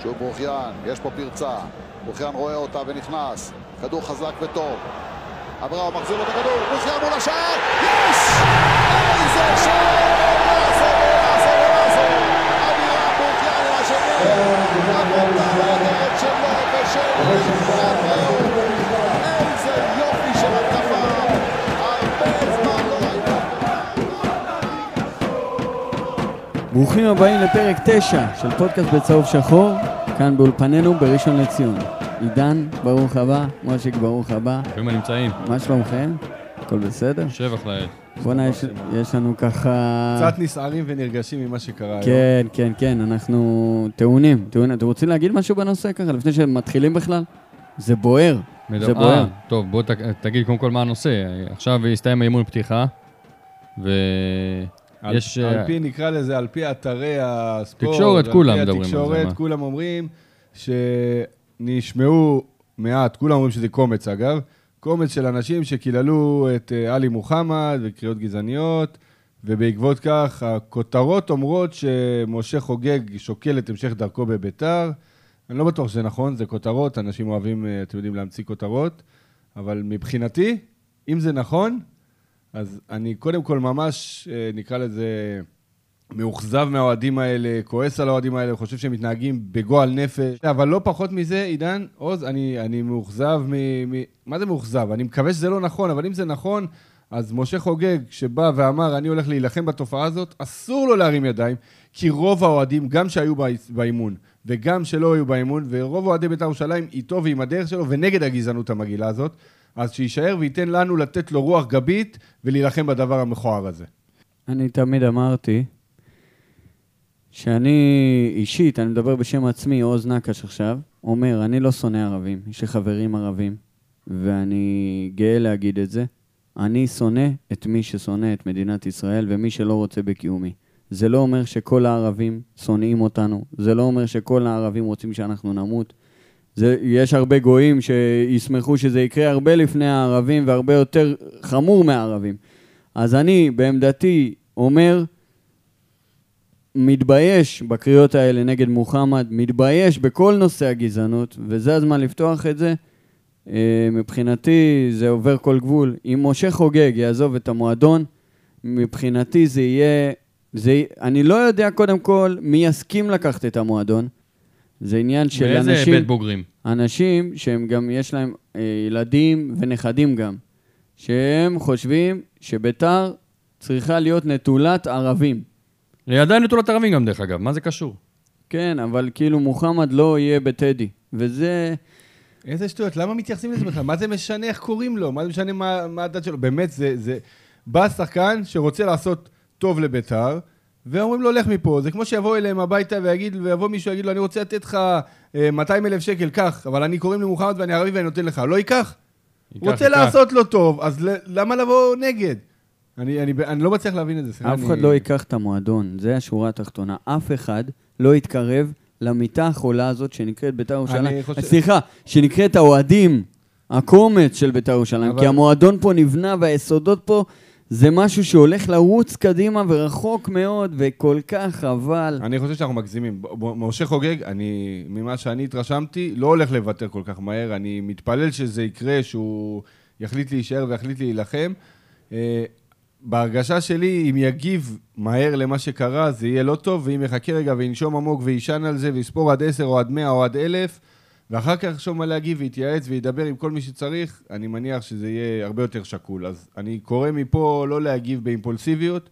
שוב ברוכיאן, יש פה פרצה, ברוכיאן רואה אותה ונכנס, כדור חזק וטוב, אברהם מחזיר לו את הכדור, ברוכיאן מול השער, יש! איזה שער! לעזור! אברהם ברוכיאן אל השני, המטרה שלו ושל איזה יופי של התקפה, הרבה זמן לא הייתה. ברוכים הבאים לפרק 9 של פודקאסט בצהוב שחור, כאן באולפנינו בראשון לציון. עידן, ברוך הבא, מושיק, ברוך הבא. ברוכים הנמצאים. מה שלומכם? הכל בסדר? שבח לאל. בוא'נה, יש לנו ככה... קצת נסערים ונרגשים ממה שקרה היום. כן, אנחנו טעונים. אתם רוצים להגיד משהו בנושא ככה, לפני שמתחילים בכלל? זה בוער. זה בוער. טוב, בוא תגיד קודם כל מה הנושא. עכשיו הסתיים האימון פתיחה, ויש... על פי, נקרא לזה, על פי אתרי הספורט, תקשורת, כולם מדברים על זה. תקשורת, כולם אומרים שנשמעו מעט, כולם אומרים שזה קומץ אגב, קומץ של אנשים שקיללו את עלי מוחמד וקריאות גזעניות, ובעקבות כך הכותרות אומרות שמשה חוגג שוקל את המשך דרכו בביתר. אני לא בטוח שזה נכון, זה כותרות, אנשים אוהבים, אתם יודעים, להמציא כותרות, אבל מבחינתי, אם זה נכון, אז אני קודם כל ממש, נקרא לזה, מאוכזב מהאוהדים האלה, כועס על האוהדים האלה, חושב שהם מתנהגים בגועל נפש, אבל לא פחות מזה, עידן, עוז, אני מאוכזב מה זה מאוכזב? אני מקווה שזה לא נכון, אבל אם זה נכון, אז משה חוגג שבא ואמר, אני הולך להילחם בתופעה הזאת, אסור לו להרים ידיים, כי רוב האוהדים, גם שהיו באימון, וגם שלא היו באימון, ורוב אוהדי בית"ר ירושלים איתו ועם הדרך שלו, ונגד הגזענות המגעילה הזאת, אז שישאר וייתן לנו לתת לו רוח גבית, ולהילחם בדבר המכוער הזה. אני תמיד אמרתי, שאני אישית, אני מדבר בשם עצמי, עוז נקש עכשיו, אומר, אני לא שונא ערבים, יש לי חברים ערבים, ואני גאה להגיד את זה, אני שונא את מי ששונא את מדינת ישראל, ומי שלא רוצה בקיומי. זה לא אומר שכל הערבים שונאים אותנו, זה לא אומר שכל הערבים רוצים שאנחנו נמות, יש הרבה גויים שישמחו שזה יקרה הרבה לפני הערבים, והרבה יותר חמור מהערבים. אז אני בעמדתי אומר, מתבייש בקריאות האלה נגד מוחמד, מתבייש בכל נושא הגזענות, וזה הזמן לפתוח את זה. מבחינתי זה עובר כל גבול. אם משה חוגג יעזוב את המועדון, מבחינתי זה יהיה... אני לא יודע קודם כל מי יסכים לקחת את המועדון. זה עניין של אנשים... באיזה בית בוגרים? אנשים שהם גם יש להם ילדים ונכדים גם, שהם חושבים שביתר צריכה להיות נטולת ערבים. עדיין נטולת ערבים גם דרך אגב, מה זה קשור? כן, אבל כאילו מוחמד לא יהיה בטדי, וזה... איזה שטויות, למה מתייחסים לזה בכלל? מה זה משנה איך קוראים לו? מה זה משנה מה הדת שלו? באמת, זה בא שחקן שרוצה לעשות טוב לביתר, ואומרים לו, לך מפה. זה כמו שיבוא אליהם הביתה ויבוא מישהו ויגיד לו, אני רוצה לתת לך 200,000 שקל, כך, אבל אני קוראים לי מוחמד ואני ערבי ואני נותן לך. לא ייקח? רוצה לעשות לו טוב, אז למה לבוא נגד? אני לא מצליח להבין את זה. אף אחד לא ייקח את המועדון, זה השורה התחתונה. אף אחד לא יתקרב למיטה החולה הזאת שנקראת בית"ר ירושלים. סליחה, שנקראת האוהדים, הקומץ של בית"ר ירושלים, כי המועדון פה נבנה והיסודות פה זה משהו שהולך לרוץ קדימה ורחוק מאוד וכל כך חבל. אני חושב שאנחנו מגזימים. משה חוגג, ממה שאני התרשמתי, לא הולך לוותר כל כך מהר. אני מתפלל שזה יקרה, שהוא יחליט להישאר ויחליט להילחם. בהרגשה שלי, אם יגיב מהר למה שקרה, זה יהיה לא טוב, ואם יחכה רגע וינשום עמוק וישן על זה, ויספור עד 10 או עד 100 או עד 1,000, ואחר כך יחשוב מה להגיב ויתייעץ וידבר עם כל מי שצריך, אני מניח שזה יהיה הרבה יותר שקול. אז אני קורא מפה לא להגיב באימפולסיביות,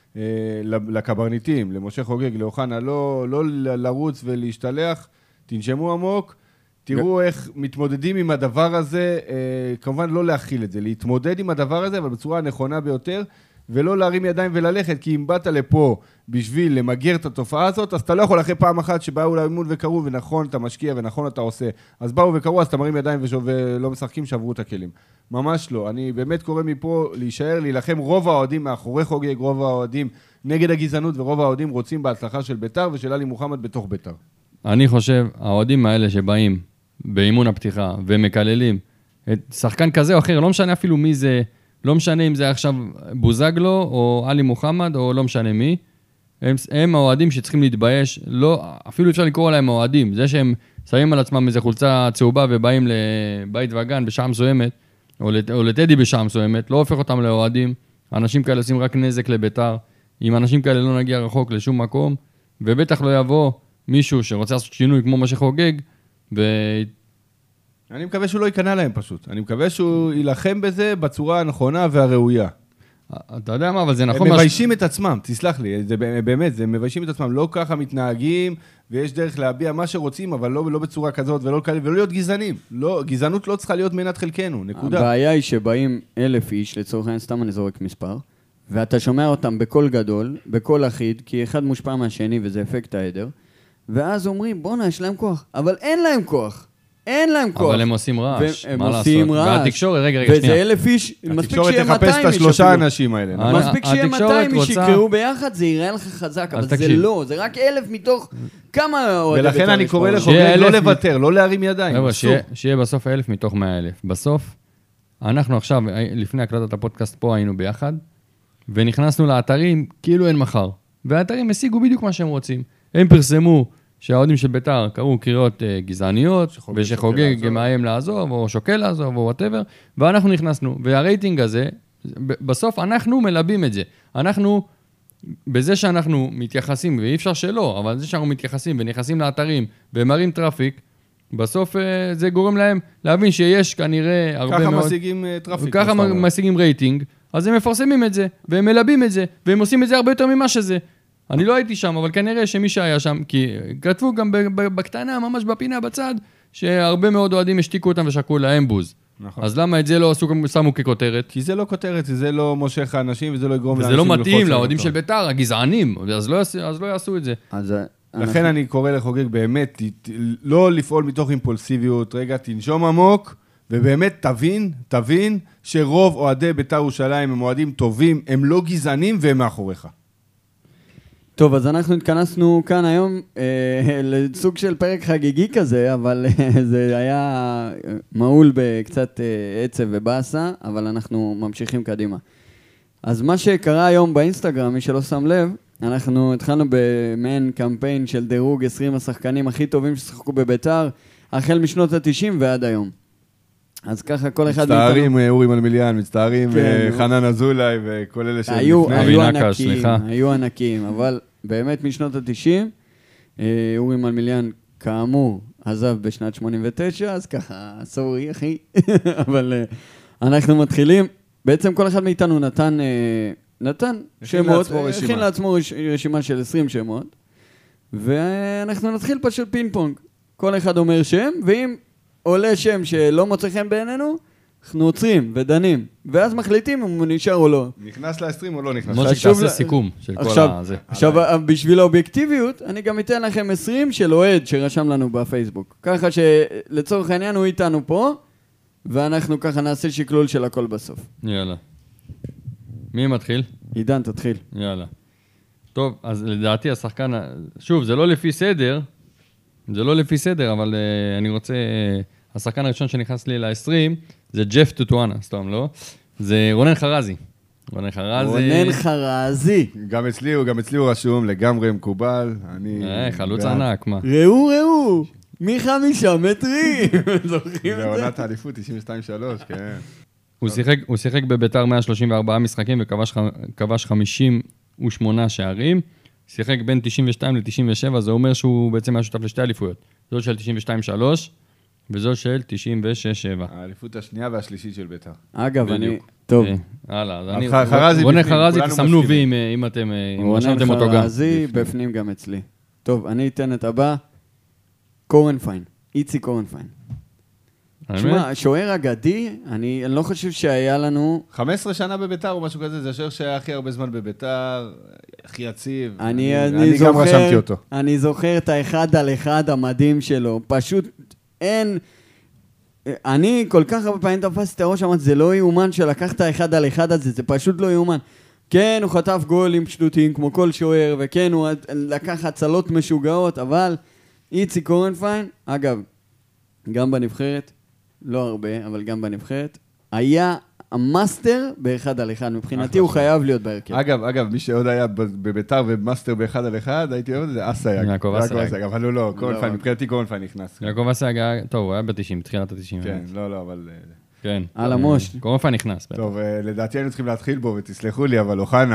לקברניטים, למשה חוגג, לאוחנה, לא לרוץ ולהשתלח, תנשמו עמוק, תראו איך מתמודדים עם הדבר הזה, כמובן לא להכיל את זה, להתמודד עם הדבר הזה, אבל בצורה הנכונה ביותר, ולא להרים ידיים וללכת, כי אם באת לפה בשביל למגר את התופעה הזאת, אז אתה לא יכול אחרי פעם אחת שבאו לאימון וקראו, ונכון אתה משקיע ונכון אתה עושה, אז באו וקראו, אז אתה מרים ידיים ולא משחקים, שברו את הכלים. ממש לא. אני באמת קורא מפה להישאר, להילחם. רוב האוהדים מאחורי חוגג, רוב האוהדים נגד הגזענות, ורוב האוהדים רוצים בהצלחה של בית"ר ושל עלי מוחמד בתוך בית"ר. אני חושב, האוהדים האלה שבאים באימון הפתיחה ומקללים את שחקן כזה או אחר, לא משנה אפילו מי זה, לא משנה אם זה עכשיו בוזגלו או עלי מוחמד או לא משנה מי, הם האוהדים שצריכים להתבייש, לא, אפילו אפשר לקרוא להם האוהדים, זה שהם שמים על עצמם איזו חולצה צהובה ובאים לבית וגן בשעה מסוימת, או לטדי בשעה מסוימת, לא הופך אותם לאוהדים, אנשים כאלה עושים רק נזק לביתר, עם אנשים כאלה לא נגיע רחוק לשום מקום, ובטח לא יבוא מישהו שרוצה לעשות שינוי כמו מה שחוגג, אני מקווה שהוא לא ייכנע להם פשוט. אני מקווה שהוא ילחם בזה בצורה הנכונה והראויה. אתה יודע מה, אבל זה נכון. הם מביישים את עצמם, תסלח לי, זה באמת, הם מביישים את עצמם, לא ככה מתנהגים, ויש דרך להביע מה שרוצים, אבל לא בצורה כזאת, ולא להיות גזענים. גזענות לא צריכה להיות מנת חלקנו, נקודה. הבעיה היא שבאים 1,000 איש, לצורך העניין, סתם אני זורק מספר, ואתה שומע אותם בקול גדול, בקול אחיד, כי אחד מושפע מהשני, וזה אפקט העדר, ואז אומרים, בוא'נה, יש להם כוח, אבל אין להם כוח. אין להם כוח. אבל הם עושים רעש, הם עושים רעש. והתקשורת, רגע, וזה שנייה. 1,000 איש, מספיק שיהיה 200 איש. התקשורת תחפש את השלושה האנשים האלה. מספיק שיהיה 200 איש שיקראו ביחד, זה יראה לך חזק, אבל זה לא, זה רק 1,000 מתוך כמה אוהדי בית"ר. ולכן אני קורא לחוגג לא לוותר, לא להרים ידיים. שיהיה בסוף 1,000 מתוך 100,000. בסוף, אנחנו עכשיו, לפני הקלטת הפודקאסט פה היינו ביחד, ונכנסנו לאתרים כאילו אין מחר. והאתרים השיגו בדיוק מה שהם רוצים. הם פרסמו שהאוהדים של בית"ר קראו קריאות גזעניות, ושחוגג מאיים לעזוב, או שוקל לעזוב, או whatever, ואנחנו נכנסנו. והרייטינג הזה, בסוף אנחנו מלבים את זה. אנחנו, בזה שאנחנו מתייחסים, ואי אפשר שלא, אבל זה שאנחנו מתייחסים ונכנסים לאתרים, ומראים טראפיק, בסוף זה גורם להם להבין שיש כנראה הרבה מאוד... ככה משיגים טראפיק. ככה משיגים רייטינג, אז הם מפרסמים את זה, והם מלבים את זה, והם עושים את זה הרבה יותר ממה שזה. אני לא הייתי שם, אבל כנראה שמי שהיה שם, כי כתבו גם בקטנה, ממש בפינה בצד, שהרבה מאוד אוהדים השתיקו אותם ושקעו להם בוז. נכון. אז למה את זה לא שמו ככותרת? כי זה לא כותרת, זה לא מושך האנשים, וזה לא יגרום לאנשים... וזה לא מתאים לאוהדים של בית"ר, הגזענים, אז לא יעשו את זה. לכן אני קורא לחוגג באמת, לא לפעול מתוך אימפולסיביות, רגע, תנשום עמוק, ובאמת תבין שרוב אוהדי בית"ר ירושלים הם אוהדים טובים, הם לא גזענים והם מאחוריך. טוב, אז אנחנו התכנסנו כאן היום לסוג של פרק חגיגי כזה, אבל זה היה מעול בקצת עצב ובאסה, אבל אנחנו ממשיכים קדימה. אז מה שקרה היום באינסטגרם, מי שלא שם לב, אנחנו התחלנו במעין קמפיין של דירוג 20 השחקנים הכי טובים ששחקו בבית"ר, החל משנות ה-90 ועד היום. אז ככה כל אחד... מצטערים אורי מלמיליאן, מצטערים חנן אזולאי וכל אלה שלפני. היו ענקים, אבל באמת משנות ה-90, אורי מלמיליאן כאמור עזב בשנת 89, אז ככה, סורי אחי, אבל אנחנו מתחילים, בעצם כל אחד מאיתנו נתן שמות, הכין לעצמו רשימה של 20 שמות, ואנחנו נתחיל פשוט פינג פונג. כל אחד אומר שם, ואם עולה שם שלא מוצא חן בעינינו, אנחנו עוצרים ודנים, ואז מחליטים אם הוא נשאר או לא. נכנס ל-20 או לא נכנס? מושיק, תעשה סיכום של כל הזה. עכשיו, בשביל האובייקטיביות, אני גם אתן לכם 20 של אוהד שרשם לנו בפייסבוק. ככה שלצורך העניין הוא איתנו פה, ואנחנו ככה נעשה שקלול של הכל בסוף. יאללה. מי מתחיל? עידן, תתחיל. יאללה. טוב, אז לדעתי השחקן, שוב, זה לא לפי סדר, אבל אני רוצה, השחקן הראשון שנכנס לי ל-20, זה ג'ף טוטואנה, סתם, לא? זה רונן חרזי. רונן חרזי. גם אצלי הוא רשום, לגמרי מקובל. חלוץ ענק, מה? ראו, מ5 מטרים. ועונת האליפות, 92-3, כן. הוא שיחק בביתר 134 משחקים וכבש 58 שערים. שיחק בין 92 ל-97, זה אומר שהוא בעצם היה שותף לשתי אליפויות. זו של 92-3 וזו של 96-7. האליפות השנייה והשלישית של ביתר. אגב, טוב. הלאה, רונן חרזי, תסמנו וי אם אתם רשמתם אותו גם. רונן חרזי, בפנים גם אצלי. טוב, אני אתן את הבא. קורנפיין. איצי קורנפיין. תשמע, שוער אגדי, אני לא חושב שהיה לנו... 15 שנה בביתר או משהו כזה, זה השוער שהיה הכי הרבה זמן בביתר, הכי יציב. אני גם רשמתי אותו. אני זוכר את האחד על אחד המדהים שלו, פשוט אין... אני כל כך הרבה פעמים תפסתי את הראש, אמרתי, זה לא יאומן שלקח את האחד על אחד הזה, זה פשוט לא יאומן. כן, הוא חטף גולים שטותיים כמו כל שוער, וכן, הוא לקח הצלות משוגעות, אבל איצי קורנפיין, אגב, גם בנבחרת, לא הרבה, אבל גם בנבחרת, היה המאסטר באחד על אחד. מבחינתי הוא חייב להיות בהרכב. אגב, מי שעוד היה בביתר ומאסטר באחד על אחד, הייתי אוהב את זה, אסייג. יעקב אסייג. אבל הוא לא, קורנפיין, מבחינתי קורנפיין נכנס. יעקב אסייג היה, טוב, הוא היה ב-90, בתחילת ה-90. כן, לא, אבל... כן. על המוש. קורנפיין נכנס. טוב, לדעתי היינו צריכים להתחיל בו, ותסלחו לי, אבל אוחנה.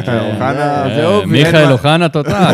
מיכאל אוחנה תותח.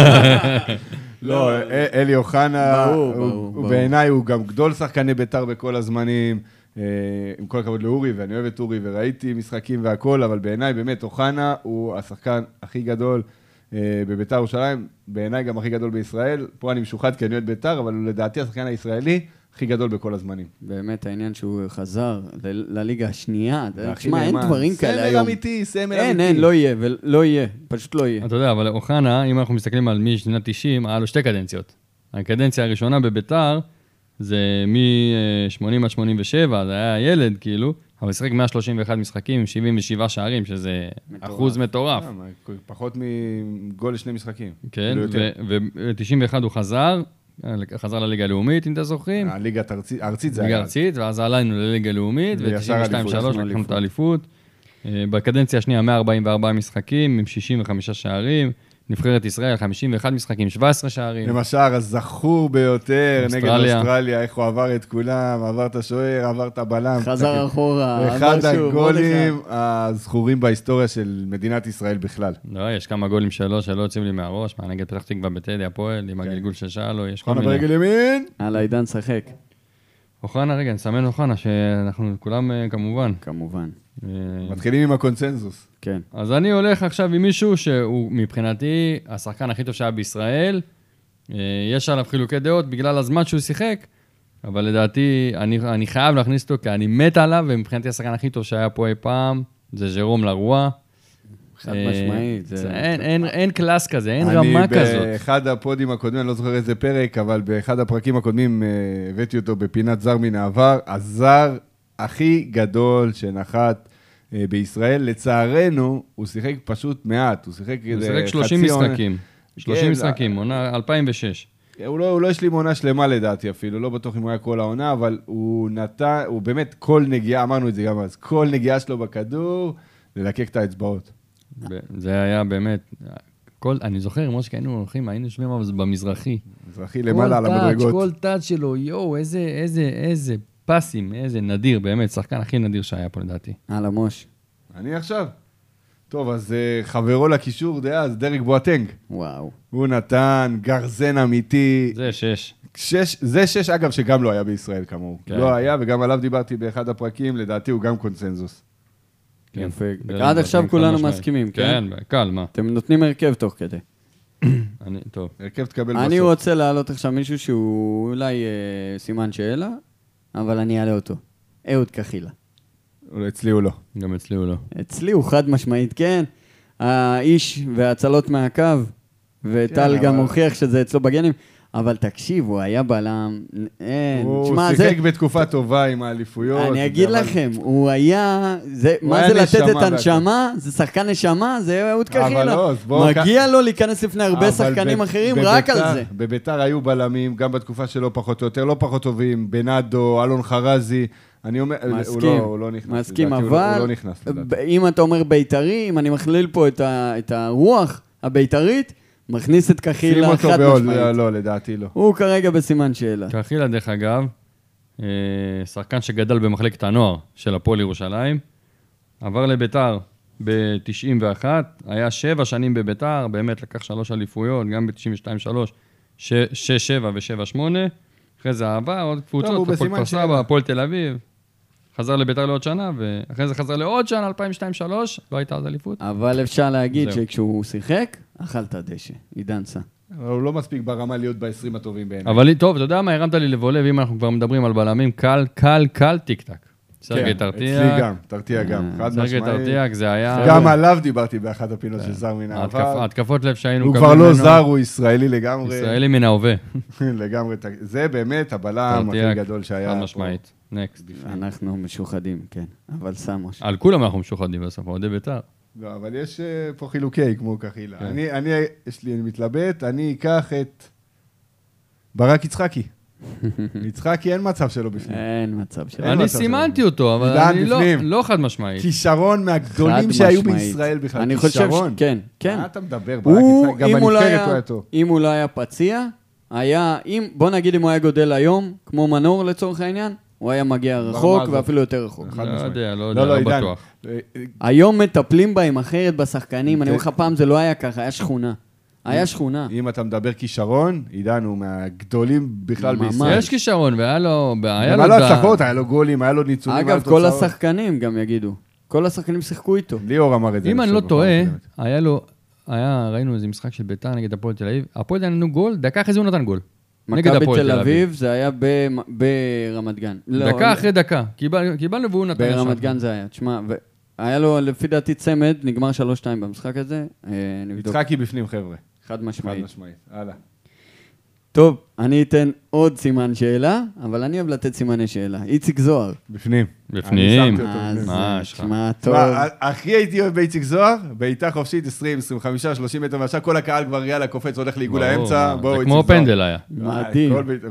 לא, אלי אוחנה, ברור. בעיניי הוא גם גדול שחקני ביתר בכל הזמנים, עם כל הכבוד לאורי, ואני אוהב את אורי, וראיתי משחקים והכל, אבל בעיניי באמת אוחנה הוא השחקן הכי גדול בביתר ירושלים, בעיניי גם הכי גדול בישראל, פה אני משוחד כי אני אוהד ביתר, אבל הוא לדעתי השחקן הישראלי הכי גדול בכל הזמנים. באמת העניין שהוא חזר לליגה השנייה, תשמע, אין דברים כאלה היום. סמל אמיתי, סמל אמיתי. אין, לא יהיה, ולא יהיה, פשוט לא יהיה. אתה יודע, אבל אוחנה, אם אנחנו מסתכלים על משנת 90, היה לו 2 קדנציות. הקדנציה הראשונה בביתר, זה מ-80 עד 87, זה היה ילד כאילו, אבל שחק 131 משחקים עם 77 שערים, שזה אחוז מטורף. פחות מגול ל2 משחקים. כן, ו-91 הוא חזר לליגה הלאומית, אם אתם זוכרים. הליגה הארצית זה היה. ליגה ארצית, ואז עלינו לליגה הלאומית, ו-92-3 לקחנו את האליפות. בקדנציה השנייה 144 משחקים, עם 65 שערים. נבחרת ישראל, 51 משחקים, 17 שערים. עם השער הזכור ביותר, נגד אוסטרליה, איך הוא עבר את כולם, עבר את השוער, עבר את הבלם. חזר אחורה. אחד הגולים הזכורים בהיסטוריה של מדינת ישראל בכלל. לא, יש כמה גולים שלו יוצאים לי מהראש, מה נגד פתח תקווה בטדי הפועל, עם הגלגול של שלו, יש כל מיני. אוחנה ברגל ימין. על העידן שחק. אוחנה, רגע, נסמן אוחנה, שאנחנו כולם כמובן. מתחילים עם הקונצנזוס. כן. אז אני הולך עכשיו עם מישהו שהוא מבחינתי השחקן הכי טוב שהיה בישראל. יש עליו חילוקי דעות בגלל הזמן שהוא שיחק, אבל לדעתי אני חייב להכניס אותו כי אני מת עליו, ומבחינתי השחקן הכי טוב שהיה פה אי פעם, זה ז'רום לרואה. חד משמעית. אין קלאס כזה, אין רמה כזאת. אני באחד הפודים הקודמים, אני לא זוכר איזה פרק, אבל באחד הפרקים הקודמים הבאתי אותו בפינת זר מן העבר, הזר הכי גדול שנחת בישראל. לצערנו, הוא שיחק פשוט מעט, הוא שיחק 30 משחקים. 30 משחקים, עונה 2006. הוא לא השלים עונה שלמה לדעתי אפילו, לא בטוח אם הוא היה כל העונה, אבל הוא באמת כל נגיעה, אמרנו את זה גם אז, כל נגיעה שלו בכדור, ללקק את האצבעות. זה היה באמת, אני זוכר, מושק, היינו הולכים, היינו יושבים במזרחי. מזרחי למעלה על המדרגות. כל טאץ' שלו, יואו, איזה פסים, איזה נדיר, באמת, שחקן הכי נדיר שהיה פה לדעתי. על המוש. אני עכשיו. טוב, אז חברו לקישור דאז, דרק בואטנג. וואו. הוא נתן גרזן אמיתי. זה 6. זה 6, אגב, שגם לא היה בישראל כמוהו. לא היה, וגם עליו דיברתי באחד הפרקים, לדעתי הוא גם קונצנזוס. יפה. עד עכשיו כולנו מסכימים, כן? כן, קל, מה? אתם נותנים הרכב תוך כדי. טוב. הרכב תקבל בסוף. אני רוצה להעלות עכשיו מישהו שהוא אולי סימן שאלה, אבל אני אעלה אותו. אהוד כחילה. אצלי הוא לא. גם אצלי הוא לא. אצלי הוא חד משמעית, כן. האיש והצלות מהקו, וטל גם הוכיח שזה אצלו בגנים, אבל תקשיב, הוא היה בלם. הוא שיחק בתקופה טובה עם האליפויות. אני אגיד לכם, הוא היה... מה זה לתת את הנשמה? זה שחקן נשמה? זה אהוד כחילה. מגיע לו להיכנס לפני הרבה שחקנים אחרים, רק על זה. בביתר היו בלמים, גם בתקופה שלו פחות או יותר, לא פחות טובים, בנאדו, אלון חרזי. אני אומר, הוא לא נכנס. מסכים, אבל אם אתה אומר בית"רי, אם אני מכליל פה את הרוח הבית"רית, מכניס את כחילה חד משמעית. לא, לדעתי לא. הוא כרגע בסימן שאלה. כחילה, דרך אגב, שחקן שגדל במחלקת הנוער של הפועל ירושלים, עבר לביתר ב-91, היה 7 שנים בביתר, באמת לקח 3 אליפויות, גם ב-92-3, 6-7 ו-7-8, אחרי זה עבר עוד קבוצות, הפועל כפר סבא, הפועל תל אביב, חזר לביתר לעוד שנה, ואחרי זה חזר לעוד שנה, 2002-2003, לא הייתה אז אליפות. אבל אפשר להגיד שכשהוא שיחק, אכל את הדשא, עידן סע. הוא לא מספיק ברמה להיות ב-20 הטובים בעיניי. אבל טוב, אתה יודע מה, הרמת לי לבולב, אם אנחנו כבר מדברים על בלמים, קל, טיק-טק. סרגי תרטיאק. אצלי גם, תרטיאק גם. סרגי תרטיאק זה היה... גם עליו דיברתי באחת הפינות של זר מן העבר. התקפות לב שהיינו... הוא כבר לא זר, הוא ישראלי לגמרי. ישראלי מן ההווה. לגמרי. זה באמת הבלם הכי גדול שהיה. חד משמעית. נקסט. אנחנו משוחדים, כן. אבל סמוש. על כולם אנחנו משוחדים בסוף, אוהדי בית"ר. לא, אבל יש פה חילוקי כמו כחילה. אני מתלבט, אני אקח את ברק יצחקי. יצחקי אין מצב שלו בפנים. אין מצב שלו. אני סימנתי אותו, אבל עידן אני בפנים. לא חד משמעית. כישרון מהגדולים חד שהיו משמעית. בישראל בכלל. אני חושב כישרון. כן, כן. מה אתה מדבר? ברק הוא, יצחקי, גם אם הוא לא בנבחרת הוא היה, היה טוב. אם הוא לא היה פציע, בוא נגיד אם הוא היה גודל היום, כמו מנור לצורך העניין, הוא היה מגיע רחוק הזאת. ואפילו יותר רחוק. חד לא משמעית. יודע, לא עידן. בטוח. היום מטפלים בהם אחרת בשחקנים, אני אומר לך פעם זה לא היה ככה, היה שכונה. היה שכונה. אם אתה מדבר כישרון, עידן הוא מהגדולים בכלל ממש. בישראל. יש כישרון, והיה לו... היה לו הצלחות, היה לו גולים, היה לו ניצולים, היה לו אגב, כל תוצאות. השחקנים גם יגידו. כל השחקנים שיחקו איתו. ליאור אמר את זה. אם אני לא בפעם טועה, הקודמת. ראינו איזה משחק של ביתר נגד הפועל תל אביב, הפועל תל אביב גול, דקה אחרי זה הוא נתן גול. נגד מכבי הפועל תל אביב זה היה ברמת גן. לא, דקה אחרי דקה. קיבלנו והוא נתן לשם. ברמת גן זה היה. תשמע, היה לו לפי דעתי צמד, נגמר 3-2 במשחק הזה. נבדוק. יצחקי בפנים, חבר'ה. חד חד משמעית. משמעית. הלאה. טוב, אני אתן עוד סימן שאלה, אבל אני אוהב לתת סימני שאלה. איציק זוהר. בפנים. בפנים. אני שמתי אותו אז בפנים. מה יש לך? תשמע, טוב. תשמע, הכי הייתי אוהב באיציק זוהר, בעיטה חופשית 20, 25, 30 מטר, ועכשיו כל הקהל כבר יאללה קופץ, הולך לעיגול האמצע, בואו זה איציק כמו זוהר. פנדל היה. מדהים.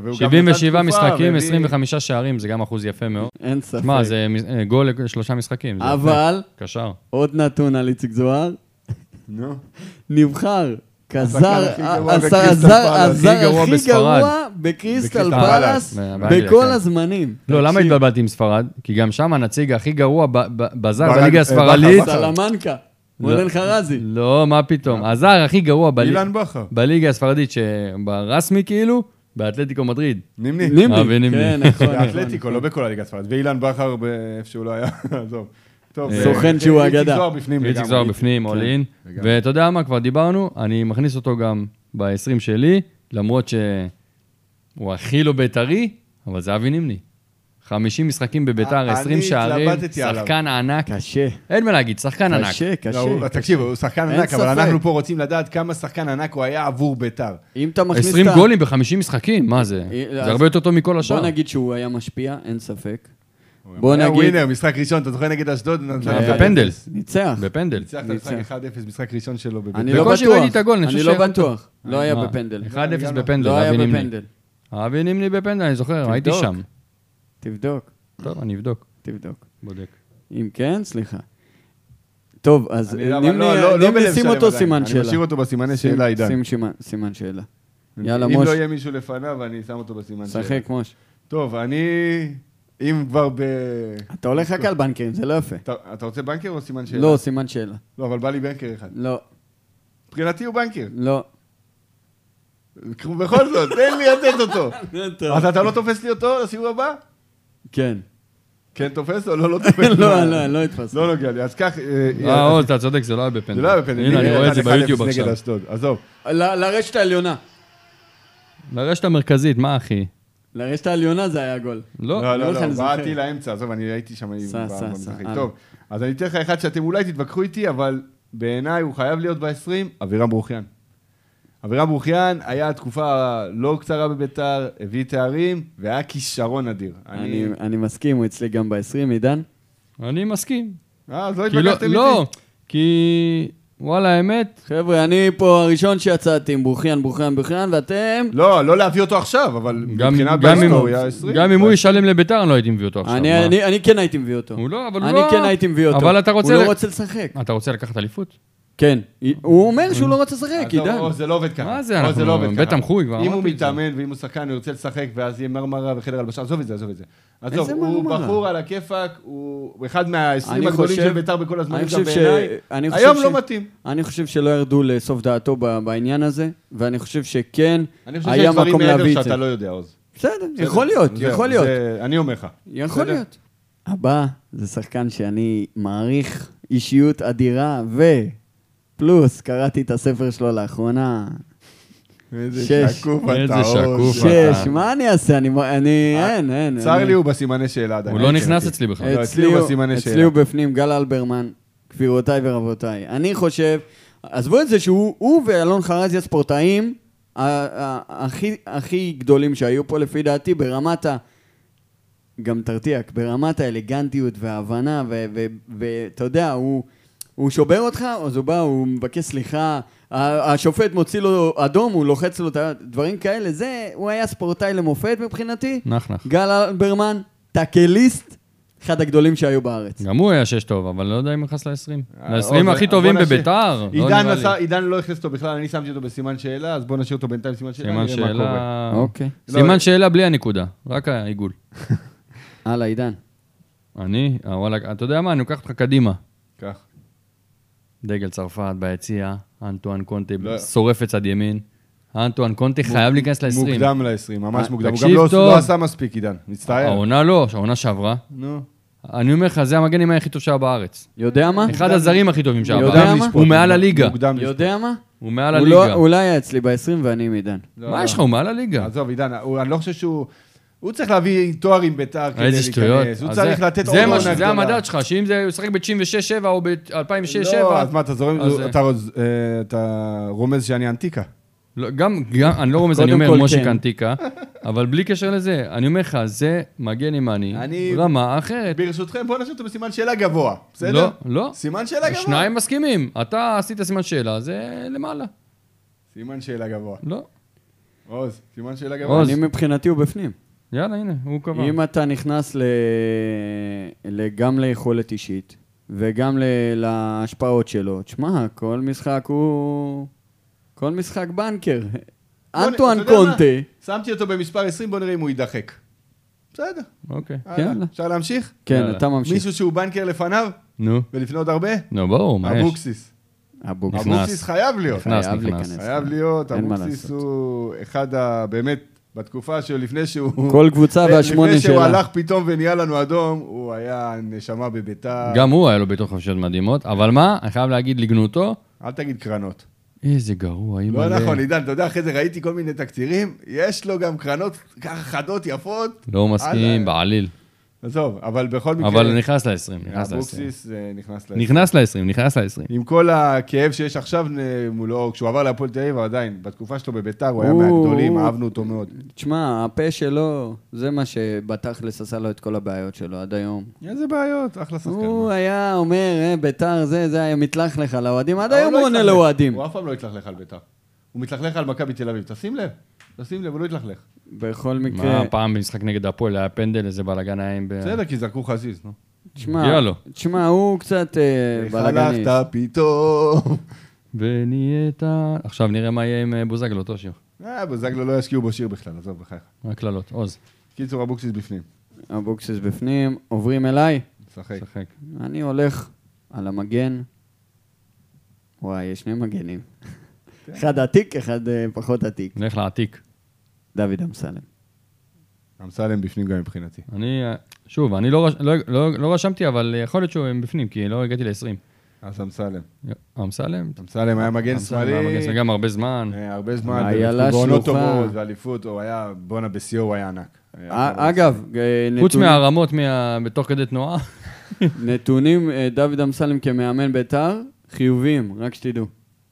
77 משחקים, 25 שערים, זה גם אחוז יפה מאוד. אין ספק. שמע, זה גול לשלושה משחקים. זה אבל, יפה. קשר. עוד נתון על איציק זוהר, נו. נבחר כזר, הכי גרוע הזר בקריסטל פלאס. הכי גרוע הכי בספרד. גרוע בקריסטל בקריסטל פלאס באנגליה, בכל כן. הזמנים. לא, למה תקשיב, התבלבלתי עם ספרד? כי גם שם הנציג הכי גרוע בזר ברק- בליגה הספרדית. בכר. סלמנקה, מודן חרזי. לא, מה פתאום. הזר הכי גרוע אילן בכר. בליגה הספרדית, שברסמי כאילו, באתלטיקו מדריד. נימני. נימני. כן, נכון. באתלטיקו, לא בכל הליגה הספרדית. ואילן בכר באיפה שהוא לא היה. עזוב. טוב, סוכן שהוא איציק אגדה. זוהר בפנים. איציק לגמרי. זוהר בפנים, אולין. לגמרי. ואתה יודע מה, כבר דיברנו, אני מכניס אותו גם ב-20 שלי, למרות שהוא הכי לא בית"רי, אבל זה אבי נימני. 50 משחקים בביתר, אני 20 שערים, התלבטתי עליו. שחקן ענק. קשה, אין מה להגיד, שחקן ענק. קשה, לא, קשה. תקשיב, הוא שחקן אין ענק, אבל ספק. אנחנו פה רוצים לדעת כמה שחקן ענק הוא היה עבור ביתר. אם אתה מכניס 20 את גולים ב-50 משחקים, מה זה? אז זה הרבה יותר טוב מכל השאר. בוא נגיד שהוא היה משפיע, אין ספק. הוא בוא היה נגיד, ווינר, משחק ראשון, אתה זוכר נגד אשדוד? בפנדל. ניצח. בפנדל. ניצח את המשחק 1-0, משחק ראשון שלו בביתר. אני לא בקושי בטוח. ראיתי את הגול, אני חושב אני לא שהוא- בטוח. לא היה מה? בפנדל. 1-0 בפנדל, לא היה אבי נימני. בפנדל. אבי נימני בפנדל, אני זוכר, הייתי תבדוק. שם. תבדוק, טוב, אני אבדוק. תבדוק. בודק. אם כן, סליחה. טוב, אז אני- אבל נימני בלב שים שלם אותו עדיין. סימן אני שאלה. משאיר אותו בסימני שאלה, עידן. שים סימן שאלה. יאללה, אם מוש. לא יהיה מישהו לפניו, אני שם אותו בסימן שאלה. שחק, מוש. טוב, אם כבר אתה הולך רק על בנקרים, זה לא יפה. אתה רוצה בנקר או סימן שאלה? לא, סימן שאלה. לא, אבל בא לי בנקר אחד. לא, מבחינתי הוא בנקר. לא. בכל זאת, תן לי לתת אותו. אז אתה לא תופס לי אותו לסיבוב הבא? כן. כן תופס או לא תופס? לא התפס. לא נוגע לי, אז כך... עוז, אתה צודק, זה לא היה בפנדל. זה לא היה בפנדל. הנה, אני רואה את זה 1-0 ביוטיוב נגד עכשיו. אשדוד, עזוב. לרשת העליונה. לרשת המרכזית, מה אחי? לרשת העליונה זה היה גול. לא. לך, אני זוכר. באתי לאמצע, עזוב, אני הייתי שם סע, במשחק. הלאה. טוב, אז אני אתן לך אחד שאתם אולי תתווכחו איתי, אבל בעיניי הוא חייב להיות ב-20, אבירם ברוכיאן. אבירם ברוכיאן היה תקופה לא קצרה בביתר, הביא תארים, והיה כישרון אדיר. אני מסכים, הוא אצלי גם ב-20, עידן. אני מסכים. אז לא כי לא- התווכחתם איתי? לא, כי וואלה, האמת, חבר'ה, אני פה הראשון שיצאתי עם ברוכיאן, ואתם... לא להביא אותו עכשיו, אבל גם מבחינת גם אם- בהיסטוריה, 20. גם אם הוא ישלם לביתר, אני לא הייתי מביא אותו עכשיו. מה? אני כן הייתי מביא אותו. הוא לא, אבל הוא אני לא... כן הייתי מביא אותו. אבל אתה רוצה... הוא לא רוצה לשחק. אתה רוצה לקחת אליפות? כן. הוא אומר שהוא לא רוצה לשחק, עידן. או זה לא עובד ככה. מה זה, או אנחנו לא עובד בית ככה. תמחוי, כבר אם הוא אמרתי את זה. מתאמן ואם הוא שחקן, הוא ירצה לשחק, ואז יהיה מרמרה וחדר הלבשה, עזוב את זה. עזוב, איזה הוא מרמרה? בחור על הכיפאק, הוא אחד מה-20 אני הגדולים חושב- של ביתר בכל הזמנים, אני גם חושב בעיניי. ש- היום לא מתאים. אני חושב שלא ירדו לסוף דעתו בעניין הזה, ואני חושב שכן אני חושב היה שיש דברים מקום מעבר להביא את שאתה זה. לא יודע, עוז. בסדר, יכול להיות, זהו, יכול להיות. אני אומר לך. יכול בסדר? להיות. הבא זה שחקן שאני מעריך אישיות אדירה, ופלוס, קראתי את הספר שלו לאחרונה. איזה שש. שקוף איזה אתה, עוז. שקוף. שש, מה אני אעשה? אין. צר לי הוא בסימני שאלה עדיין. הוא לא נכנס אצלי בכלל. לא, אצלי הוא בסימני שאלה. אצלי הוא בפנים, גל אלברמן, כפירותיי ורבותיי. אני חושב, עזבו את זה שהוא ואלון חרזי הספורטאים הכי גדולים שהיו פה לפי דעתי, ברמת גם תרתיח, ברמת האלגנטיות וההבנה, ואתה יודע, הוא שובר אותך, אז הוא בא, הוא מבקש סליחה, השופט מוציא לו אדום, הוא לוחץ לו את הדברים כאלה, הוא היה ספורטאי למופת מבחינתי. נחנך. גל אלברמן, טאקליסט, אחד הגדולים שהיו בארץ. גם הוא היה 6 טוב, אבל לא יודע אם נכנס ל-20. ל-20 הכי טובים בביתר. עידן לא הכניס אותו בכלל, אני שמתי אותו בסימן שאלה, אז בוא נשאיר אותו בינתיים בסימן שאלה, סימן נראה מה קורה. שאלה... אוקיי. סימן שאלה בלי הנקודה, רק העיגול. הלאה, עידן. וואלה, אתה יודע מה, אני לוקח אותך קדימה. כך. דגל צרפת ביציע, אנטואן קונטה שורף את צד ימין. אנטואן קונטה חייב להיכנס ל-20. מוקדם ל-20, ממש מוקדם. הוא תקשיב גם טוב. לא עשה מספיק, עידן. מצטער. העונה לא, העונה שעברה. נו. אני אומר לך, זה המגנים הכי טוב שהיה בארץ. יודע מה? אחד הזרים הכי טובים שהיה יודע בארץ. מה? הוא מעל הליגה. מוקדם לשפוט. יודע מה? הוא מעל הוא הליגה. אולי היה אצלי ב-20 ואני עם עידן. מה יש לך? הוא מעל הליגה. עזוב, עידן, אני לא חושב שהוא... הוא צריך להביא תואר עם ביתר כדי איזה שטויות. להיכנס. הוא צריך לתת עוד זה עונה גדולה. זה המדד שלך, שאם זה ישחק ב-96-7 או ב-2006-7... לא, אז מה, אתה זורם, אתה רומז שאני אנטיקה. גם, אני לא רומז, אני קודם אומר כל מושיק כן. אנטיקה, אבל בלי קשר לזה, אני אומר לך, זה מגן ימני, רמה אחרת. ברשותכם, בואו נשאיר אותו בסימן שאלה גבוה, בסדר? לא, לא. סימן שאלה גבוה. שניים מסכימים. אתה עשית סימן שאלה, זה למעלה. סימן שאלה גבוה. לא. עוז, סימן שאלה גבוה. עוז. אני מבחינתי הוא בפנים. יאללה, הנה, הוא קבע. אם אתה נכנס גם ליכולת אישית, וגם להשפעות שלו, תשמע, כל משחק הוא... כל משחק בנקר. אנטואן קונטה. שמתי אותו במספר 20, בוא נראה אם הוא יידחק. בסדר. אוקיי. יאללה. אפשר להמשיך? כן, יאללה. אתה ממשיך. מישהו שהוא בנקר לפניו, נו. ולפני עוד הרבה? נו, ברור, מה יש? אבוקסיס. אבוקסיס. נכנס. אבוקסיס חייב להיות. נכנס, חייב נכנס. להיכנס. חייב להיות, אין מה אבוקסיס לעשות. הוא אחד באמת, בתקופה שלפני שהוא... כל קבוצה והשמונה לפני שהוא שלה. הלך פתאום ונהיה לנו אדום, הוא היה נשמה בביתר. גם הוא היה לו בתוך חופשות מדהימות, אבל מה? אני חייב להגיד, לגנותו, אל תגיד קרנות. איזה גרוע, אימא. לא נכון, עידן, אתה יודע, אחרי זה ראיתי כל מיני תקצירים, יש לו גם קרנות ככה חדות, יפות. לא מסכים, בעליל. עזוב, אבל בכל מקרה... אבל נכנס ל-20, נכנס ל-20. אבוקסיס נכנס ל-20. נכנס ל-20, נכנס ל-20. עם כל הכאב שיש עכשיו מולו, כשהוא עבר להפועל תל אביב, עדיין, בתקופה שלו בביתר, הוא היה מהגדולים, אהבנו אותו מאוד. תשמע, הפה שלו, זה מה שבתכלס עשה לו את כל הבעיות שלו עד היום. איזה בעיות, אחלה שחקן. הוא היה אומר, ביתר זה היה מתלך לך לאוהדים, עד אבל היום לא הוא עונה יתלכלך. לאוהדים. הוא אף פעם לא יתלכלך על ביתר. הוא מתלכלך על מכבי תל אביב, תשים לב, הוא לא יתלכלך. בכל מקרה, מה, פעם במשחק נגד הפועל היה פנדל, איזה בלגן היה עם... בסדר, כי זרקו חזיז, נו. תשמע, הוא קצת בלגניסט. הלכת פתאום. ונהיית... עכשיו נראה מה יהיה עם בוזגלו, אותו שיר. בוזגלו לא ישקיעו בו שיר בכלל, עזוב בחייך. רק קללות, עוז. קיצור, אבוקסיס בפנים. אבוקסיס בפנים, עוברים אליי. שחק. שחק. אני הולך על המגן. וואי, יש שני מגנים. אחד עתיק, אחד פחות עתיק. נלך לעתיק. דוד אמסלם. אמסלם בפנים גם מבחינתי. אני, שוב, אני לא רשמתי, אבל יכול להיות שהוא בפנים, כי לא הגעתי ל-20. אז אמסלם. אמסלם? אמסלם היה מגן שמאלי. גם הרבה זמן. הרבה זמן. איילה בעונות שלוחה. טובות ואליפות, הוא היה, בונה בסיור, הוא היה ענק. אגב, חוץ מהרמות בתוך כדי תנועה. נתונים, דוד אמסלם כמאמן ביתר, חיוביים, רק שתדעו.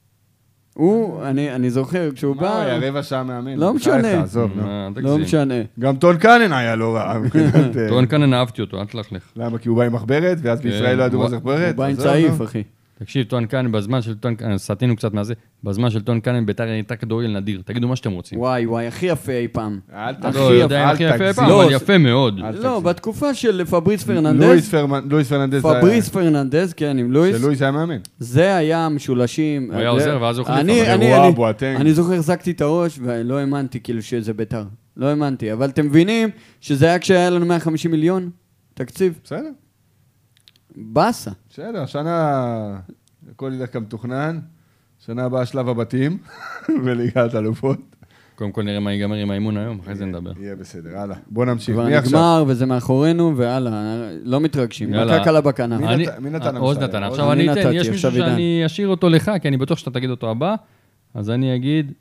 אני זוכר, כשהוא מה, בא... היה רבע שעה מאמן. לא משנה. עזוב, לא משנה. גם טון קאנן היה לא רע. טון קאנן אהבתי אותו, אל תלכלך. למה? כי הוא בא עם מחברת, ואז בישראל לא ידעו מה זה מחברת. הוא בא עם צעיף, אחי. תקשיב, טון קאנן, בזמן של טון קאנן, סטינו קצת מהזה, בזמן של טון קאנן ביתר הייתה כדורגל נדיר. תגידו מה שאתם רוצים. וואי, הכי יפה אי פעם. לא יודע אם הכי יפה אי פעם, אבל יפה מאוד. לא, בתקופה של פבריס פרננדז. לואיס פרננדז. פבריס פרננדז, כן, עם לואיס. שלואיס היה מאמן. זה היה משולשים. הוא היה עוזר, ואז הוא החליף. אני זוכר, החזקתי את הראש, ולא האמנתי כאילו שזה ביתר. לא האמנתי, אבל אתם מבינים שזה היה כשהיה לנו 150 מיליון תקציב. בסדר. בסה. בסדר, שנה, הכל ילך כמתוכנן, שנה הבאה שלב הבתים, וליגת אלופות. קודם כל נראה מה ייגמר עם האימון היום, אחרי זה נדבר. יהיה בסדר, הלאה. בוא נמשיך. כבר מי עכשיו? נגמר וזה מאחורינו, והלאה, לא מתרגשים. מכה קלה בכנף. מי נתן עוז אמסלם? נתן. עכשיו אני אתן, יש מישהו שאני אשאיר אותו לך, כי אני בטוח שאתה תגיד אותו הבא, אז אני אגיד,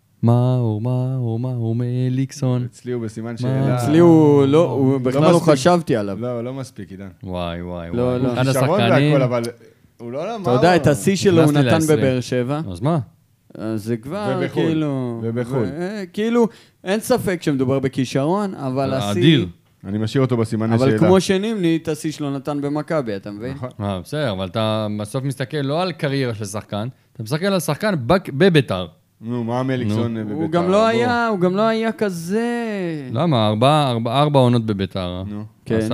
מאור מאליקסון. אצלי הוא בסימן שאלה. אצלי הוא לא, הוא בכלל לא חשבתי עליו. לא מספיק, עידן. וואי. לא. אחד כישרון השחקנים. והכל, אבל הוא לא למד. אתה יודע, את השיא שלו הוא נכנסתי נתן ל-20. בבאר שבע. אז מה? אז זה כבר ובחו"ל. כאילו... ובחו"ל. כאילו, אין ספק שמדובר בכישרון, אבל השיא... אדיר. אני משאיר אותו בסימני שאלה. אבל כמו שנימני, את השיא שלו נתן במכבי, אתה מבין? נכון. בסדר, אבל אתה בסוף מסתכל לא על קריירה של שחקן, אתה מסתכל על שחקן בביתר. נו, מה מליקסון בביתר? הוא גם לא היה כזה... למה? 4 עונות בביתר. נו. כן.